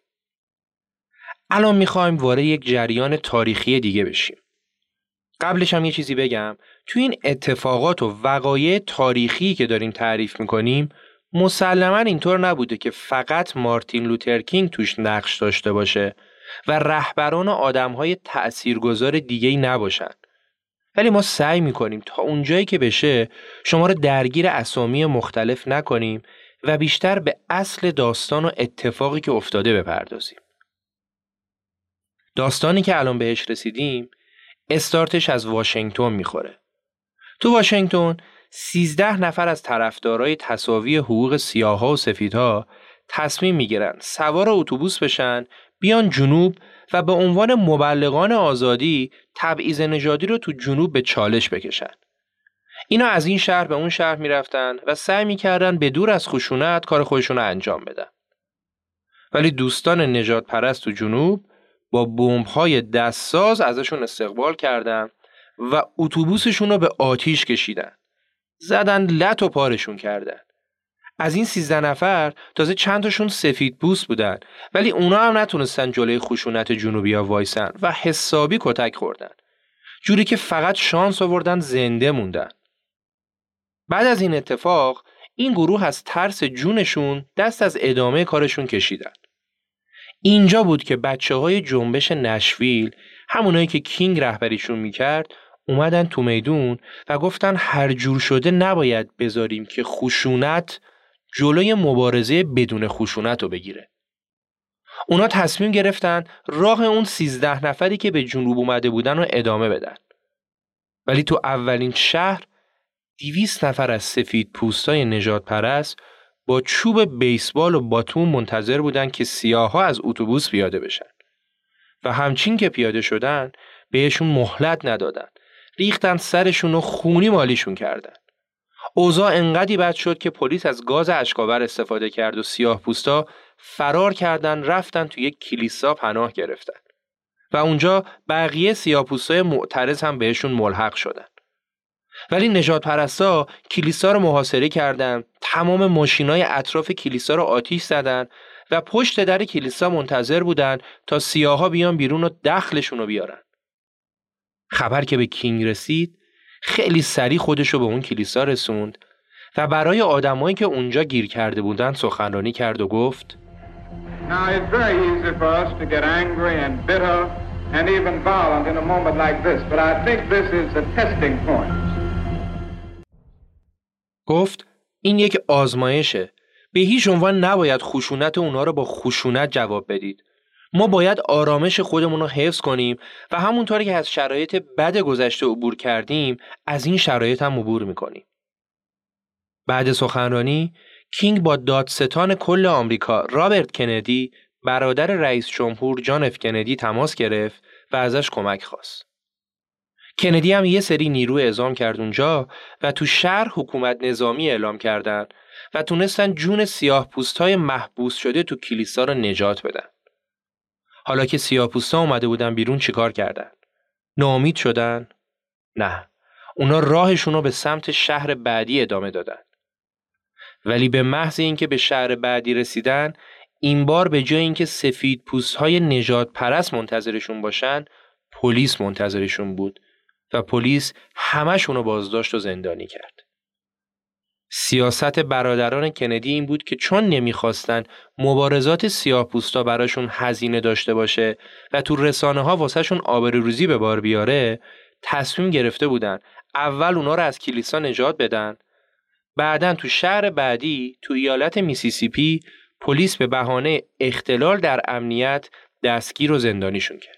الان میخوایم وارد یک جریان تاریخی دیگه بشیم. قبلش هم یه چیزی بگم، تو این اتفاقات و وقایع تاریخی که داریم تعریف میکنیم مسلماً اینطور نبوده که فقط مارتین لوتر کینگ توش نقش داشته باشه و رهبران و آدم‌های تأثیرگذار دیگه‌ای نباشن. ولی ما سعی میکنیم تا اونجایی که بشه شما رو درگیر اسامی مختلف نکنیم و بیشتر به اصل داستان و اتفاقی که افتاده بپردازیم. داستانی که الان بهش رسیدیم استارتش از واشنگتن میخوره. تو واشنگتن 13 نفر از طرفدارای تساوی حقوق سیاها و سفیدها تصمیم میگیرن سوار اتوبوس بشن بیان جنوب و به عنوان مبلغان آزادی تبعیض نژادی رو تو جنوب به چالش بکشن. اینا از این شهر به اون شهر میرفتن و سعی میکردن به دور از خشونت کار خودشون رو انجام بدن. ولی دوستان نژاد پرست تو جنوب با بمب‌های دستساز ازشون استقبال کردن و اتوبوسشون رو به آتیش کشیدن. زدن لط و پارشون کردن. از این 13 نفر تازه چند تاشون سفید پوست بودن، ولی اونا هم نتونستن جلوی خشونت جنوبی‌ها وایسن و حسابی کتک خوردن. جوری که فقط شانس آوردن زنده موندن. بعد از این اتفاق این گروه از ترس جونشون دست از ادامه کارشون کشیدن. اینجا بود که بچه‌های جنبش نشویل، همونایی که کینگ رهبریشون میکرد، اومدن تو میدون و گفتن هر جور شده نباید بذاریم که خشونت جلوی مبارزه بدون خشونت رو بگیره. اونا تصمیم گرفتن راه اون 13 نفری که به جنوب اومده بودن رو ادامه بدن. ولی تو اولین شهر 200 نفر از سفید پوستای نژاد پرست با چوب بیسبال و باتون منتظر بودن که سیاها از اتوبوس پیاده بشن. و همچین که پیاده شدن بهشون مهلت ندادن. ریختن سرشون و خونی مالیشون کردن. اوضاع انقدی بد شد که پلیس از گاز اشک‌آور استفاده کرد و سیاه پوستا فرار کردن، رفتن تو یک کلیسا پناه گرفتن. و اونجا بقیه سیاه پوستای معترض هم بهشون ملحق شدن. ولی نژاد پرستا کلیسا رو محاصره کردن، تمام ماشینای اطراف کلیسا رو آتیش زدن و پشت در کلیسا منتظر بودن تا سیاها بیان بیرون و دخلشون رو بیارن. خبر که به کینگ رسید خیلی سریع خودش رو به اون کلیسا رسوند و برای آدمایی که اونجا گیر کرده بودن سخنرانی کرد و گفت Now it's very easy for us to get angry and bitter and even violent in a moment like this, but I think this is a testing point. گفت این یک آزمایشه. به هیچ عنوان نباید خشونت اونا رو با خشونت جواب بدید. ما باید آرامش خودمون رو حفظ کنیم و همونطوری که از شرایط بد گذشته عبور کردیم از این شرایط هم عبور میکنیم. بعد سخنرانی کینگ با دادستان کل آمریکا رابرت کندی، برادر رئیس جمهور جان اف کندی، تماس گرفت و ازش کمک خواست. کندی هم یه سری نیرو اعزام کرد اونجا و تو شهر حکومت نظامی اعلام کردن و تونستن جون سیاه پوستای محبوس شده تو کلیسا رو نجات بدن. حالا که سیاه پوستا اومده بودن بیرون چیکار کردن؟ ناامید شدن؟ نه. اونا راهشون رو به سمت شهر بعدی ادامه دادن. ولی به محض اینکه به شهر بعدی رسیدن، این بار به جای اینکه سفید پوست‌های نژاد پرست منتظرشون باشن، پلیس منتظرشون بود و پلیس همه‌شون رو بازداشت و زندانی کرد. سیاست برادران کندی این بود که چون نمیخواستن مبارزات سیاه‌پوستا براشون هزینه داشته باشه و تو رسانه‌ها واسهشون آبروریزی به بار بیاره، تصمیم گرفته بودن اول اونا رو از کلیسا نجات بدن، بعدن تو شهر بعدی تو ایالت میسیسیپی پلیس به بهانه اختلال در امنیت دستگیر و زندانیشون کرد.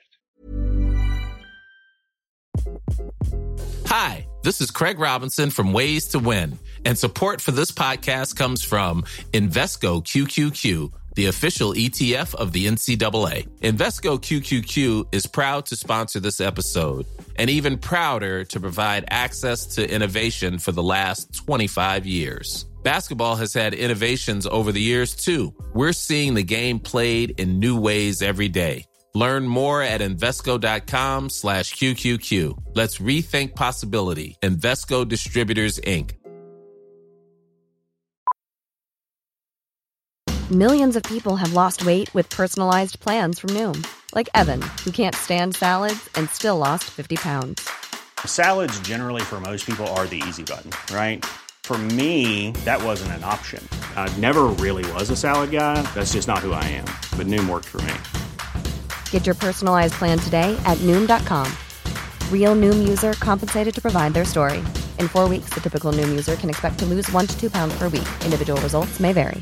Hi, this is Craig Robinson from Ways to Win, and support for this podcast comes from Invesco QQQ, the official ETF of the NCAA. Invesco QQQ is proud to sponsor this episode, and even prouder to provide access to innovation for the last 25 years. Basketball has had innovations over the years, too. We're seeing the game played in new ways every day. Learn more at Invesco.com/QQQ. Let's rethink possibility. Invesco Distributors, Inc. Millions of people have lost weight with personalized plans from Noom. Like Evan, who can't stand salads and still lost 50 pounds. Salads generally for most people are the easy button, right? For me, that wasn't an option. I never really was a salad guy. That's just not who I am. But Noom worked for me. Get your personalized plan today at Noom.com. Real Noom user compensated to provide their story. In 4 weeks, the typical Noom user can expect to lose 1 to 2 pounds per week. Individual results may vary.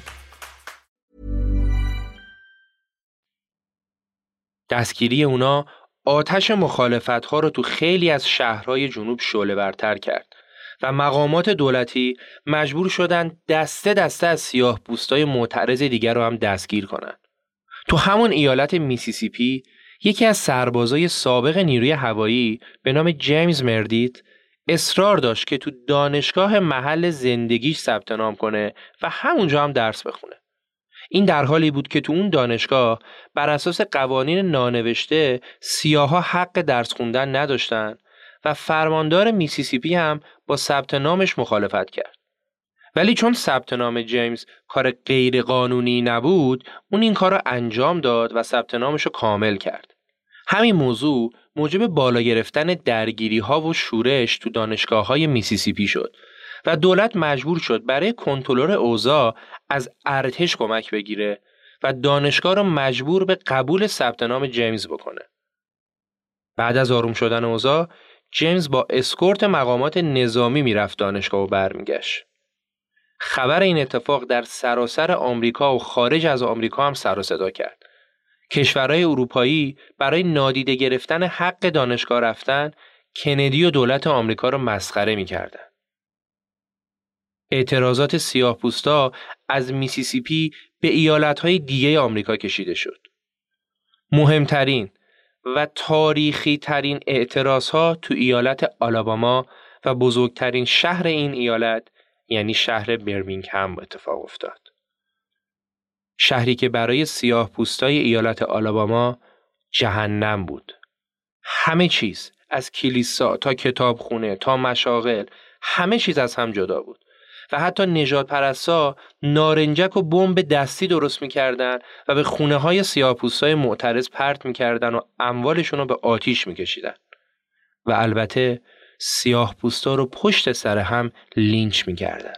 دستگیری اونا آتش مخالفت‌ها رو تو خیلی از شهرهای جنوب شعله‌ورتر کرد و مقامات دولتی مجبور شدن دسته دسته از سیاه‌پوستای معترض دیگر رو هم دستگیر کنن. تو همون ایالت میسیسیپی یکی از سربازای سابق نیروی هوایی به نام جیمز مردیت اصرار داشت که تو دانشگاه محل زندگیش ثبت نام کنه و همونجا هم درس بخونه. این در حالی بود که تو اون دانشگاه بر اساس قوانین نانوشته سیاها حق درس خوندن نداشتن و فرماندار میسیسیپی هم با ثبت نامش مخالفت کرد. ولی چون ثبت نام جیمز کار غیر قانونی نبود، اون این کار رو انجام داد و ثبت نامش رو کامل کرد. همین موضوع موجب بالا گرفتن درگیری‌ها و شورش تو دانشگاه‌های میسیسیپی شد و دولت مجبور شد برای کنترل اوضاع از ارتش کمک بگیره و دانشگاه رو مجبور به قبول ثبت نام جیمز بکنه. بعد از آروم شدن اوضاع، جیمز با اسکورت مقامات نظامی میرفت دانشگاه و برمیگشت. خبر این اتفاق در سراسر آمریکا و خارج از آمریکا هم سر و صدا کرد. کشورهای اروپایی برای نادیده گرفتن حق دانشگاه رفتن کندی و دولت آمریکا رو مسخره می‌کردن. اعتراضات سیاه‌پوستا از میسیسیپی به ایالت‌های دیگه آمریکا کشیده شد. مهمترین و تاریخی ترین اعتراضها تو ایالت آلاباما و بزرگترین شهر این ایالت یعنی شهر برمینگهم اتفاق افتاد. شهری که برای سیاه‌پوستای ایالت آلاباما جهنم بود. همه چیز از کلیسا تا کتابخونه تا مشاغل همه چیز از هم جدا بود و حتی نژادپرستا نارنجک و بمب دستی درست می‌کردن و به خونه‌های سیاه‌پوستای معترض پرت می‌کردن و اموالشون رو به آتیش می‌کشیدن و البته سیاه‌پوستا رو پشت سر هم لینچ می‌کردن.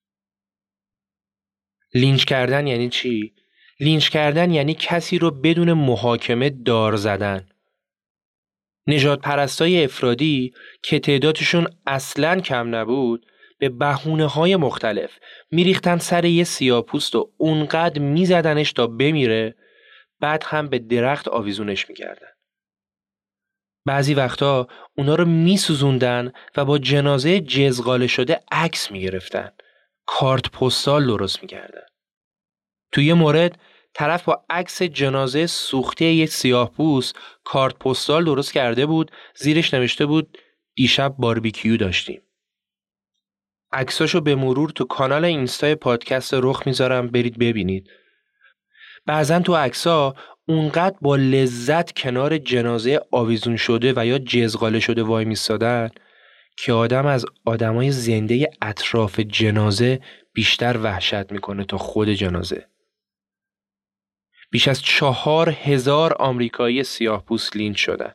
لینچ کردن یعنی چی؟ لینچ کردن یعنی کسی رو بدون محاکمه دار زدن. نژادپرستای افرادی که تعدادشون اصلاً کم نبود به بهونه‌های مختلف میریختن سر یه سیاه‌پوست و اونقدر میزدنش تا بمیره، بعد هم به درخت آویزونش میکردن. بعضی وقتا اونا رو میسوزوندن و با جنازه جزغاله شده عکس میگرفتن. کارت پستال درست میکردن. توی یه مورد طرف با عکس جنازه سوخته یک سیاه‌پوست کارت پستال درست کرده بود، زیرش نوشته بود دیشب باربیکیو داشتیم. عکساشو به مرور تو کانال اینستا پادکست رخ میذارم، برید ببینید. بعضن تو عکس‌ها اونقدر با لذت کنار جنازه آویزون شده و یا جزغاله شده وای میستادن که آدم از آدمای زنده اطراف جنازه بیشتر وحشت میکنه تا خود جنازه. بیش از 4000 آمریکایی سیاه‌پوست لینچ شدن.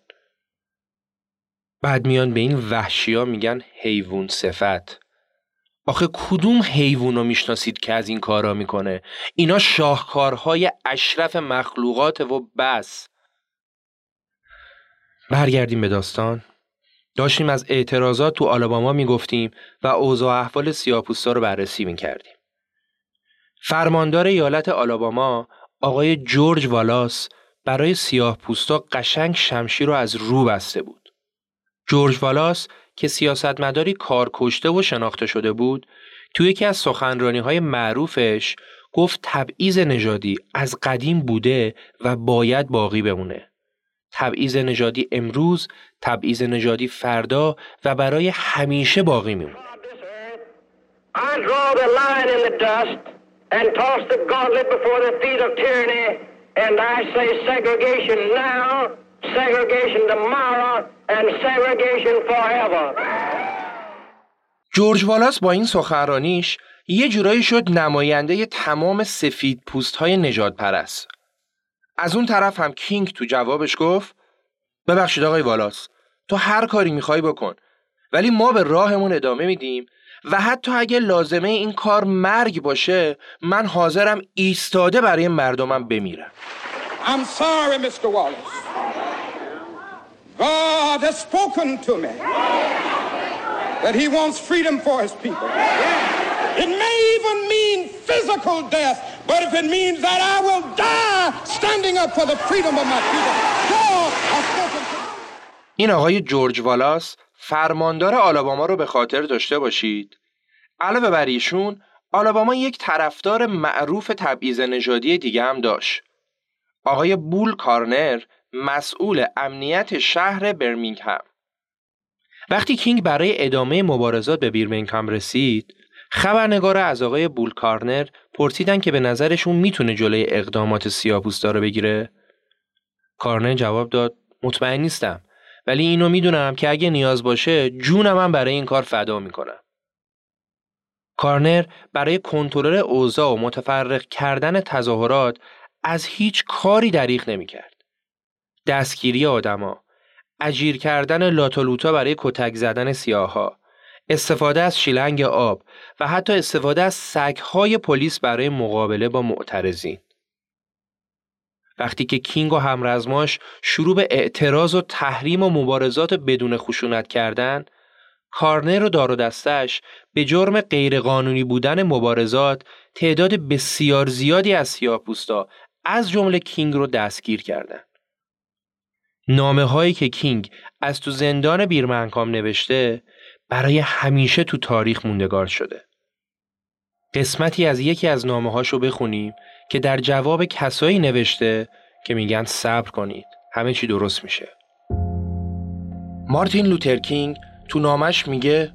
بعد میان به این وحشی‌ها میگن حیوان صفت. آخه کدوم حیوانو میشناسید که از این کارا میکنه؟ اینا شاهکارهای اشرف مخلوقات و بس. برگردیم به داستان. داشتیم از اعتراضات تو آلاباما میگفتیم و اوضاع احوال سیاه‌پوستا رو بررسی میکردیم. فرماندار ایالت آلاباما آقای جورج والاس برای سیاه‌پوستا قشنگ شمشیر رو از رو بسته بود. جورج والاس که سیاستمداری کارکشته و شناخته شده بود، توی یکی از سخنرانی‌های معروفش گفت تبعیض نژادی از قدیم بوده و باید باقی بمونه. تبعیض نژادی امروز، تبعیض نژادی فردا و برای همیشه باقی میمونه. I draw the line in the dust and toss the gauntlet before the feet of tyranny, and I say segregation now, segregation tomorrow, and segregation forever. جورج والاس با این سخنرانیش یه جورایی شد نماینده تمام سفید پوست‌های نژادپرست. از اون طرف هم کینگ تو جوابش گفت ببخشید آقای والاس، تو هر کاری میخوای بکن، ولی ما به راهمون ادامه میدیم و حتی اگه لازمه این کار مرگ باشه من حاضرم ایستاده برای مردمم بمیرم. I'm sorry, Mr. Wallace. God has spoken to me that he wants freedom for his people. It may even mean physical death, but if it means that I will die standing up for the freedom of my people. God has spoken to me. این آقای جورج والاس فرماندار آلاباما رو به خاطر داشته باشید، علاوه بر ایشون آلاباما یک طرفدار معروف تبعیض نژادی دیگه هم داشت. آقای بول کارنر، مسئول امنیت شهر برمینگهم. وقتی کینگ برای ادامه مبارزات به برمینگهم رسید، خبرنگارا از آقای بول کارنر پرسیدن که به نظرشون میتونه جلوی اقدامات سیاه‌پوستا رو بگیره. کارنر جواب داد مطمئن نیستم، ولی اینو میدونم که اگه نیاز باشه جونم هم برای این کار فدا میکنم. کارنر برای کنترل اوضاع و متفرق کردن تظاهرات از هیچ کاری دریغ نمیکرد. دستگیری آدما، اجیر کردن لاتولوتا برای کتک زدن سیاها، استفاده از شیلنگ آب و حتی استفاده از سگ‌های پلیس برای مقابله با معترضین. وقتی که کینگ و همرزماش شروع به اعتراض و تحریم و مبارزات بدون خشونت کردن، کارنر و دار و دستش به جرم غیرقانونی بودن مبارزات تعداد بسیار زیادی از سیاه‌پوستا از جمله کینگ رو دستگیر کردند. نامه‌هایی که کینگ از تو زندان برمینگهم نوشته برای همیشه تو تاریخ موندگار شده. قسمتی از یکی از نامه‌هاشو بخونیم که در جواب کسایی نوشته که میگن صبر کنید، همه چی درست میشه. مارتین لوتر کینگ تو نامش میگه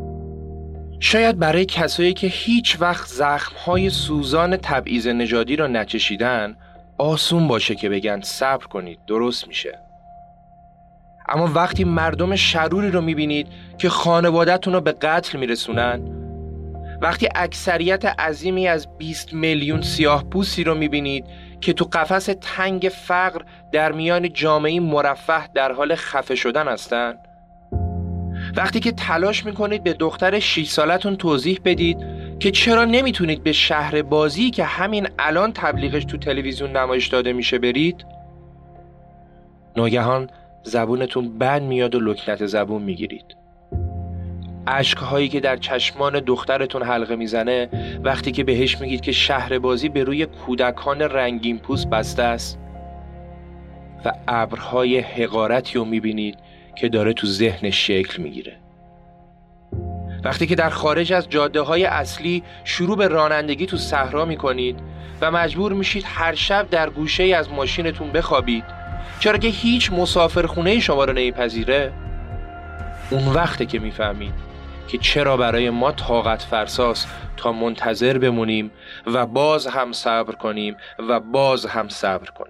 شاید برای کسایی که هیچ وقت زخم‌های سوزان تبعیض نژادی را نچشیدن آسون باشه که بگن صبر کنید درست میشه. اما وقتی مردم شروری رو میبینید که خانواده‌تون رو به قتل میرسونن، وقتی اکثریت عظیمی از 20 میلیون سیاه‌پوستی رو میبینید که تو قفس تنگ فقر در میان جامعه مرفه در حال خفه شدن هستن، وقتی که تلاش میکنید به دختر 6 سالتون توضیح بدید که چرا نمیتونید به شهر بازی که همین الان تبلیغش تو تلویزیون نمایش داده میشه برید، ناگهان زبونتون بند میاد و لکنت زبون میگیرید. اشک‌هایی که در چشمان دخترتون حلقه میزنه وقتی که بهش میگید که شهر بازی به روی کودکان رنگین پوست بسته است، و ابرهای حقارتی رو میبینید که داره تو ذهنش شکل میگیره. وقتی که در خارج از جاده‌های اصلی شروع به رانندگی تو صحرا میکنید و مجبور میشید هر شب در گوشه‌ای از ماشینتون بخوابید چرا که هیچ مسافرخونه‌ای شما رو نمیپذیره، اون وقته که میفهمید که چرا برای ما طاقت فرساست تا منتظر بمونیم و باز هم صبر کنیم و باز هم صبر کنیم.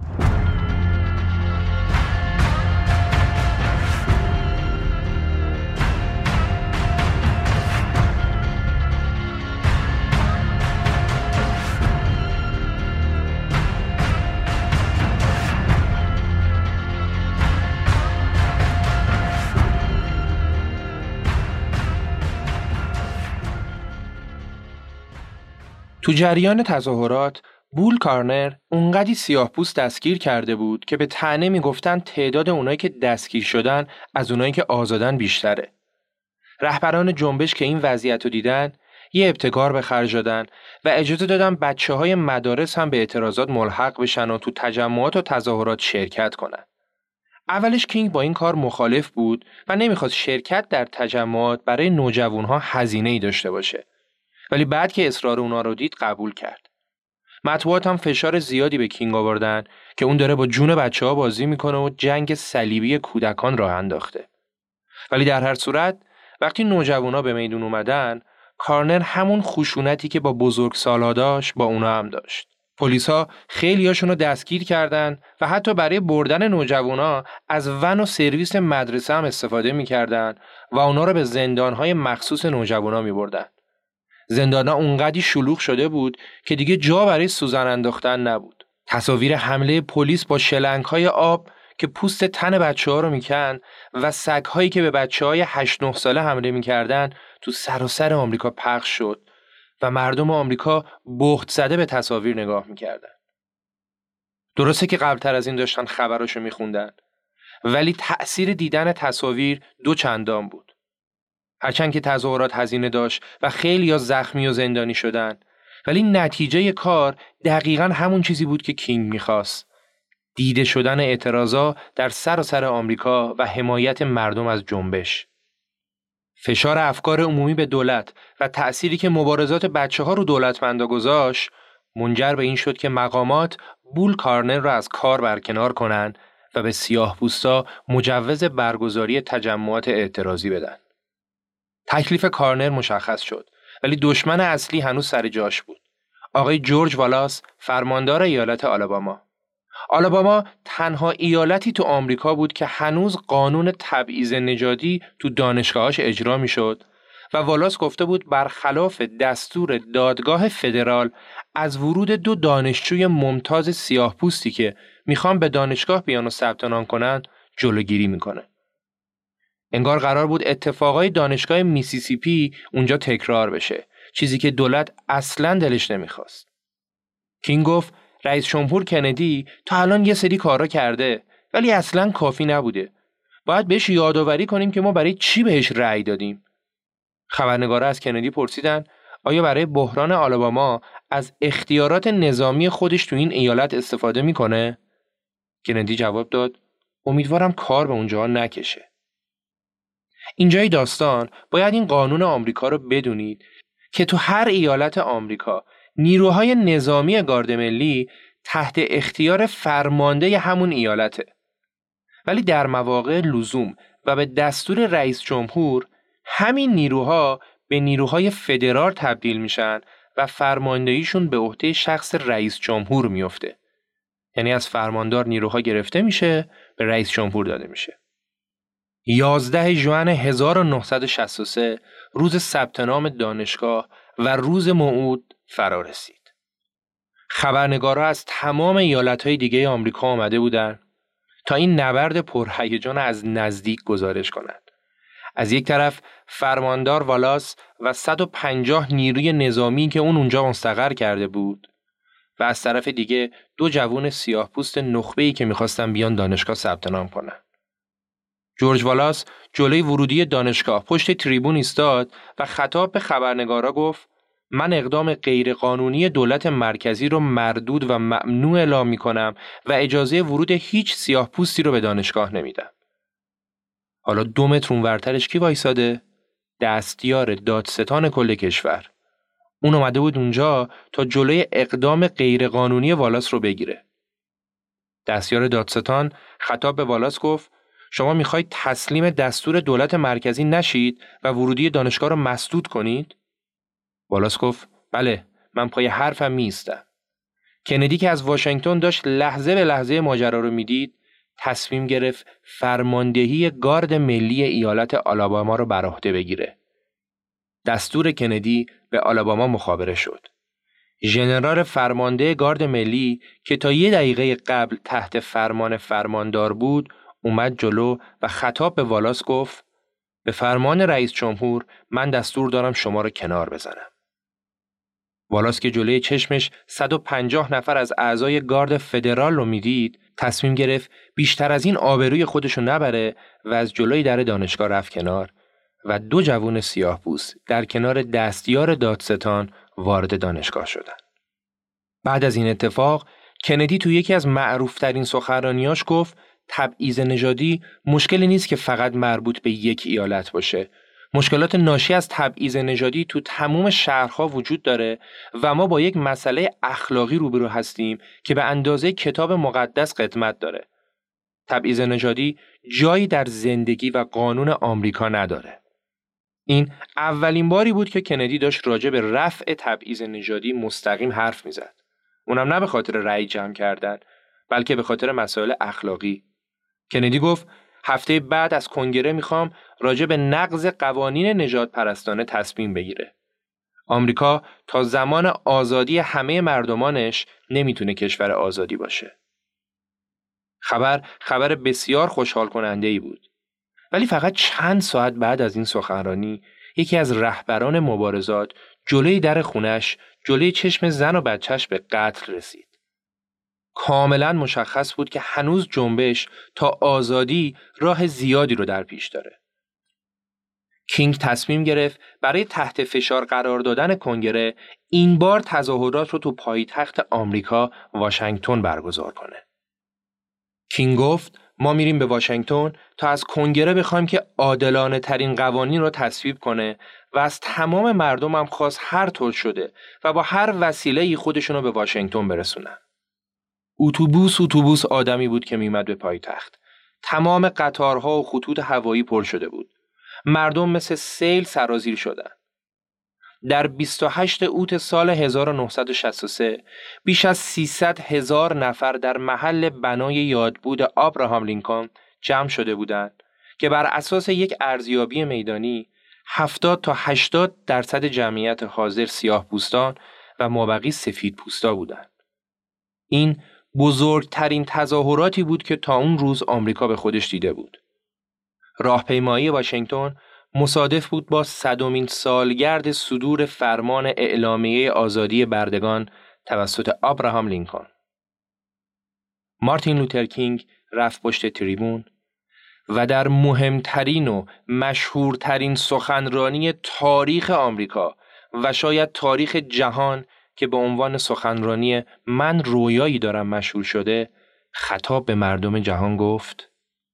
تو جریان تظاهرات بول کارنر اونقدی سیاه‌پوست دستگیر کرده بود که به طعنه میگفتن تعداد اونایی که دستگیر شدن از اونایی که آزادن بیشتره. رهبران جنبش که این وضعیت رو دیدن یه ابتکار به خرج دادن و اجازه دادن بچه‌های مدارس هم به اعتراضات ملحق بشن و تو تجمعات و تظاهرات شرکت کنن. اولش کینگ با این کار مخالف بود و نمیخواست شرکت در تجمعات برای نوجوانها هزینه‌ای داشته باشه. ولی بعد که اصرار اونا رو دید قبول کرد. مطبوعات هم فشار زیادی به کینگ آوردن که اون داره با جون بچه‌ها بازی میکنه و جنگ صلیبی کودکان راه انداخته. ولی در هر صورت وقتی نوجوانا به میدون اومدن، کارنر همون خشونتی که با بزرگسال‌ها داشت با اونا هم داشت. پلیسا خیلیاشون رو دستگیر کردن و حتی برای بردن نوجوانا از ون و سرویس مدرسه هم استفاده میکردن و اونا رو به زندان‌های مخصوص نوجوانا میبردن. زندان‌ها اونقدی شلوغ شده بود که دیگه جا برای سوزن انداختن نبود. تصاویر حمله پلیس با شلنگ‌های آب که پوست تن بچه‌ها رو میکن و سگ‌هایی که به بچه‌های 8-9 ساله حمله میکردن تو سراسر آمریکا پخش شد و مردم آمریکا بهت زده به تصاویر نگاه میکردن. درسته که قبلتر از این داشتن خبراشو میخوندن، ولی تأثیر دیدن تصاویر دو چندان بود. هرچند که تظاهرات هزینه داشت و خیلی‌ها زخمی و زندانی شدن، ولی نتیجه کار دقیقاً همون چیزی بود که کینگ میخواست. دیده شدن اعتراضا در سراسر آمریکا و حمایت مردم از جنبش. فشار افکار عمومی به دولت و تأثیری که مبارزات بچه‌ها رو دولتمندا گذاشت منجر به این شد که مقامات بول کارنر را از کار برکنار کنند و به سیاه‌پوستا مجوز برگزاری تجمعات اعتراضی بدن. تکلیف کارنر مشخص شد، ولی دشمن اصلی هنوز سر جاش بود. آقای جورج والاس، فرماندار ایالت آلاباما. آلاباما تنها ایالتی تو آمریکا بود که هنوز قانون تبعیض نژادی تو دانشگاهاش اجرا میشد و والاس گفته بود برخلاف دستور دادگاه فدرال از ورود 2 دانشجوی ممتاز سیاه‌پوستی که میخوان به دانشگاه بیان و ثبت نام کنن جلوگیری میکنه. انگار قرار بود اتفاقای دانشگاه میسیسیپی اونجا تکرار بشه، چیزی که دولت اصلاً دلش نمیخواست. کینگ گفت رئیس جمهور کندی تا الان یه سری کارا کرده ولی اصلاً کافی نبوده. باید بهش یادآوری کنیم که ما برای چی بهش رأی دادیم. خبرنگارا از کندی پرسیدن آیا برای بحران آلاباما از اختیارات نظامی خودش تو این ایالت استفاده میکنه؟ کندی جواب داد امیدوارم کار به اونجا نکشه. اینجای داستان باید این قانون آمریکا رو بدونید که تو هر ایالت آمریکا نیروهای نظامی گارد ملی تحت اختیار فرمانده همون ایالته. ولی در مواقع لزوم و به دستور رئیس جمهور همین نیروها به نیروهای فدرال تبدیل میشن و فرماندهیشون به عهده شخص رئیس جمهور میفته. یعنی از فرماندار نیروها گرفته میشه به رئیس جمهور داده میشه. 11 ژوئن 1963 روز ثبت نام دانشگاه و روز موعود فرا رسید. خبرنگارا از تمام ایالت‌های دیگه آمریکا آمده بودن تا این نبرد پرهیجان از نزدیک گزارش کنند. از یک طرف فرماندار والاس و 150 نیروی نظامی که اونجا مستقر کرده بود و از طرف دیگه 2 جوان سیاه‌پوست نخبه‌ای که می‌خواستن بیان دانشگاه ثبت نام کنن. جورج والاس جلوی ورودی دانشگاه پشت تریبون ایستاد و خطاب به خبرنگارا گفت من اقدام غیرقانونی دولت مرکزی رو مردود و ممنوع اعلام می‌کنم و اجازه ورود هیچ سیاه‌پوستی رو به دانشگاه نمیدم. حالا 2 متر اونورترش کی وایساده؟ دستیار دادستان کل کشور. اون اومده بود اونجا تا جلوی اقدام غیرقانونی والاس رو بگیره. دستیار دادستان خطاب به والاس گفت شما میخواید تسلیم دستور دولت مرکزی نشید و ورودی دانشگاه رو مسدود کنید؟ والاس گفت بله، من پای حرفم میستم. کندی که از واشنگتن داشت لحظه به لحظه ماجرا رو میدید، تصمیم گرفت فرماندهی گارد ملی ایالت آلاباما رو بر عهده بگیره. دستور کندی به آلاباما مخابره شد. ژنرال فرمانده گارد ملی که تا 1 دقیقه قبل تحت فرمان فرماندار بود، اومد جلو و خطاب به والاس گفت به فرمان رئیس جمهور من دستور دارم شما رو کنار بزنم. والاس که جلوی چشمش 150 نفر از اعضای گارد فدرال رو میدید، تصمیم گرفت بیشتر از این آبروی خودشو نبره و از جلوی در دانشگاه رفت کنار و 2 جوان سیاه‌پوست در کنار دستیار دادستان وارد دانشگاه شدند. بعد از این اتفاق کندی تو یکی از معروف‌ترین سخنرانیاش گفت تبعیض نژادی مشکلی نیست که فقط مربوط به یک ایالت باشه. مشکلات ناشی از تبعیض نژادی تو تمام شهرها وجود داره و ما با یک مسئله اخلاقی روبرو هستیم که به اندازه کتاب مقدس قدمت داره. تبعیض نژادی جایی در زندگی و قانون آمریکا نداره. این اولین باری بود که کندی داشت راجع به رفع تبعیض نژادی مستقیم حرف میزد. اونم نه به خاطر رأی جمع کردن، بلکه به خاطر مسائل اخلاقی. کندی گفت هفته بعد از کنگره میخوام راجع به نقض قوانین نژاد پرستانه تصمیم بگیره. آمریکا تا زمان آزادی همه مردمانش نمیتونه کشور آزادی باشه. خبر بسیار خوشحال کننده ای بود. ولی فقط چند ساعت بعد از این سخنرانی یکی از رهبران مبارزات جلوی در خونش، جلوی چشم زن و بچهش به قتل رسید. کاملا مشخص بود که هنوز جنبش تا آزادی راه زیادی رو در پیش داره. کینگ تصمیم گرفت برای تحت فشار قرار دادن کنگره این بار تظاهرات رو تو پایتخت آمریکا واشنگتن برگزار کنه. کینگ گفت ما میریم به واشنگتن تا از کنگره بخوایم که عادلانه ترین قوانین رو تصویب کنه و از تمام مردم هم خواست هر طور شده و با هر وسیله‌ای خودشون رو به واشنگتن برسونن. اتوبوس آدمی بود که میمد به پایتخت. تمام قطارها و خطوط هوایی پر شده بود. مردم مثل سیل سرازیر شدن. در 28 اوت سال 1963 بیش از 300,000 نفر در محل بنای یادبود آبراهام لینکلن جمع شده بودند که بر اساس یک ارزیابی میدانی 70 تا 80% جمعیت حاضر سیاه‌پوستان و مابقی سفیدپوستا بودند. این بزرگترین تظاهراتی بود که تا اون روز آمریکا به خودش دیده بود. راهپیمایی واشنگتن مصادف بود با 100مین سالگرد صدور فرمان اعلامیه آزادی بردگان توسط آبراهام لینکلن. مارتین لوتر کینگ رفت پشت تریبون و در مهمترین و مشهورترین سخنرانی تاریخ آمریکا و شاید تاریخ جهان که به عنوان سخنرانی من رویایی دارم مشهور شده، خطاب به مردم جهان گفت: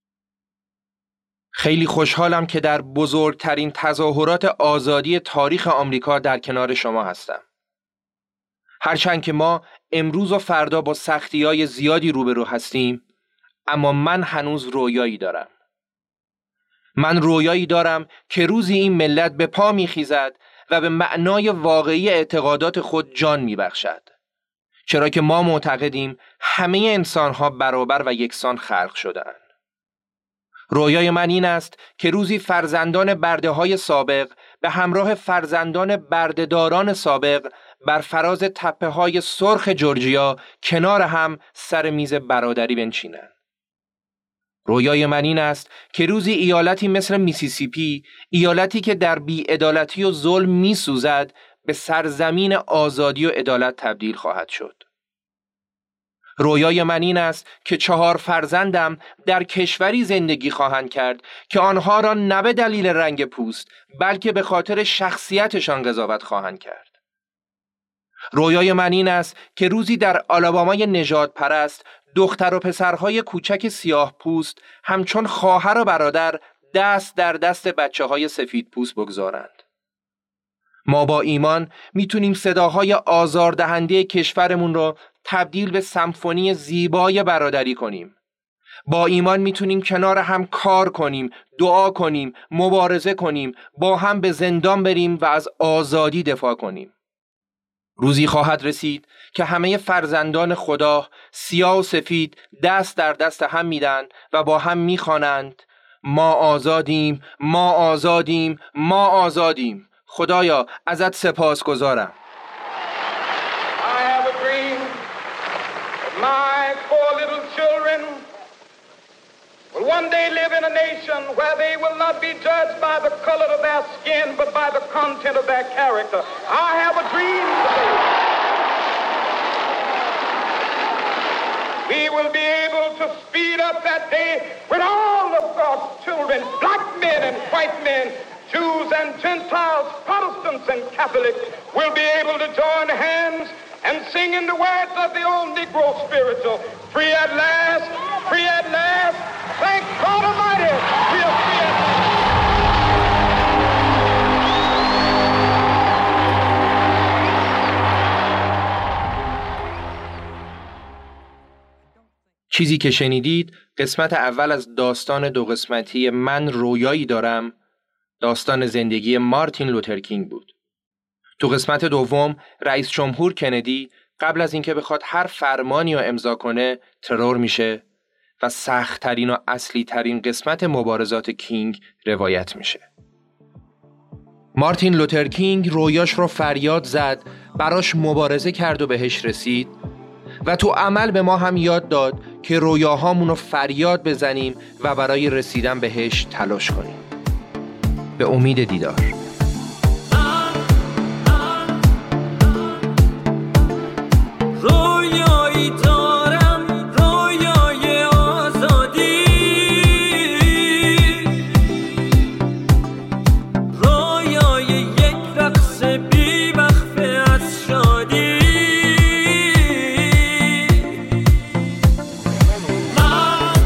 خیلی خوشحالم که در بزرگترین تظاهرات آزادی تاریخ آمریکا در کنار شما هستم. هرچند که ما امروز و فردا با سختی‌های زیادی روبرو هستیم، اما من هنوز رویایی دارم. من رویایی دارم که روزی این ملت به پا می‌خیزد و به معنای واقعی اعتقادات خود جان می‌بخشد. چرا که ما معتقدیم همه انسان‌ها برابر و یکسان خلق شده‌اند. رویای من این است که روزی فرزندان برده‌های سابق به همراه فرزندان بردهداران سابق بر فراز تپه‌های سرخ جورجیا کنار هم سر میز برادری بنشینند. رویای من این است که روزی ایالتی مثل میسیسیپی، ایالتی که در بی‌عدالتی و ظلم می‌سوزد، به سرزمین آزادی و عدالت تبدیل خواهد شد. رویای من این است که 4 فرزندم در کشوری زندگی خواهند کرد که آنها را نه به دلیل رنگ پوست بلکه به خاطر شخصیتشان قضاوت خواهند کرد. رویای من این است که روزی در آلابامای نژاد پرست دختر و پسرهای کوچک سیاه پوست همچون خواهر و برادر دست در دست بچه‌های سفید پوست بگذارند. ما با ایمان میتونیم صداهای آزاردهنده کشورمون رو تبدیل به سمفونی زیبای برادری کنیم. با ایمان میتونیم کنار هم کار کنیم، دعا کنیم، مبارزه کنیم، با هم به زندان بریم و از آزادی دفاع کنیم. روزی خواهد رسید که همه فرزندان خدا سیاه و سفید دست در دست هم میدن و با هم میخوانند: ما آزادیم، ما آزادیم، ما آزادیم. خدایا ازت سپاسگزارم. I have a dream that my 4 little children will one day live in a nation where they will not be judged by the color of their skin but by the content of their character. I have a dream today. We will be able to speed up that day when all of God's children, black men and white men, Jews and Gentiles, Protestants and Catholics, will be able to join hands and sing in the words of the old Negro spiritual: free at last, free at last, thank God Almighty, we are free at last. چیزی که شنیدید قسمت اول از داستان 2 قسمتی من رویایی دارم، داستان زندگی مارتین لوتر کینگ بود. تو قسمت دوم رئیس جمهور کندی قبل از اینکه بخواد هر فرمانی رو امضا کنه ترور میشه و سخت‌ترین و اصلی ترین قسمت مبارزات کینگ روایت میشه. مارتین لوتر کینگ رویاش رو فریاد زد، براش مبارزه کرد و بهش رسید و تو عمل به ما هم یاد داد که رویاهامون رو فریاد بزنیم و برای رسیدن بهش تلاش کنیم. به امید دیدار. من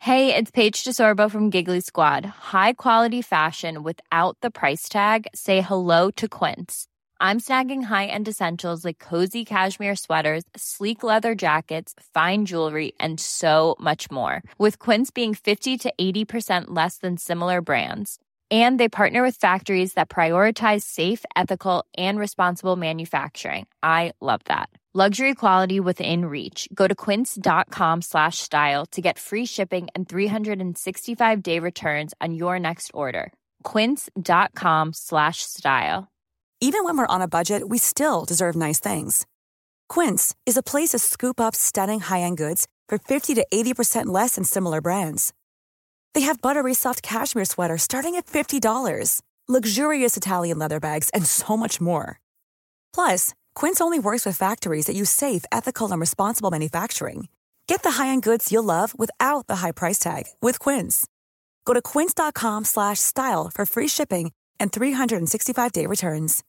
Hey, it's Paige DeSorbo from Giggly Squad. High quality fashion without the price tag. Say hello to Quince. I'm snagging high-end essentials like cozy cashmere sweaters, sleek leather jackets, fine jewelry, and so much more. With Quince being 50 to 80% less than similar brands. And they partner with factories that prioritize safe, ethical, and responsible manufacturing. I love that. Luxury quality within reach. Go to quince.com/style to get free shipping and 365-day returns on your next order. Quince.com/style. Even when we're on a budget, we still deserve nice things. Quince is a place to scoop up stunning high-end goods for 50 to 80% less than similar brands. They have buttery soft cashmere sweaters starting at $50, luxurious Italian leather bags, and so much more. Plus, Quince only works with factories that use safe, ethical, and responsible manufacturing. Get the high-end goods you'll love without the high price tag with Quince. Go to quince.com/style for free shipping and 365-day returns.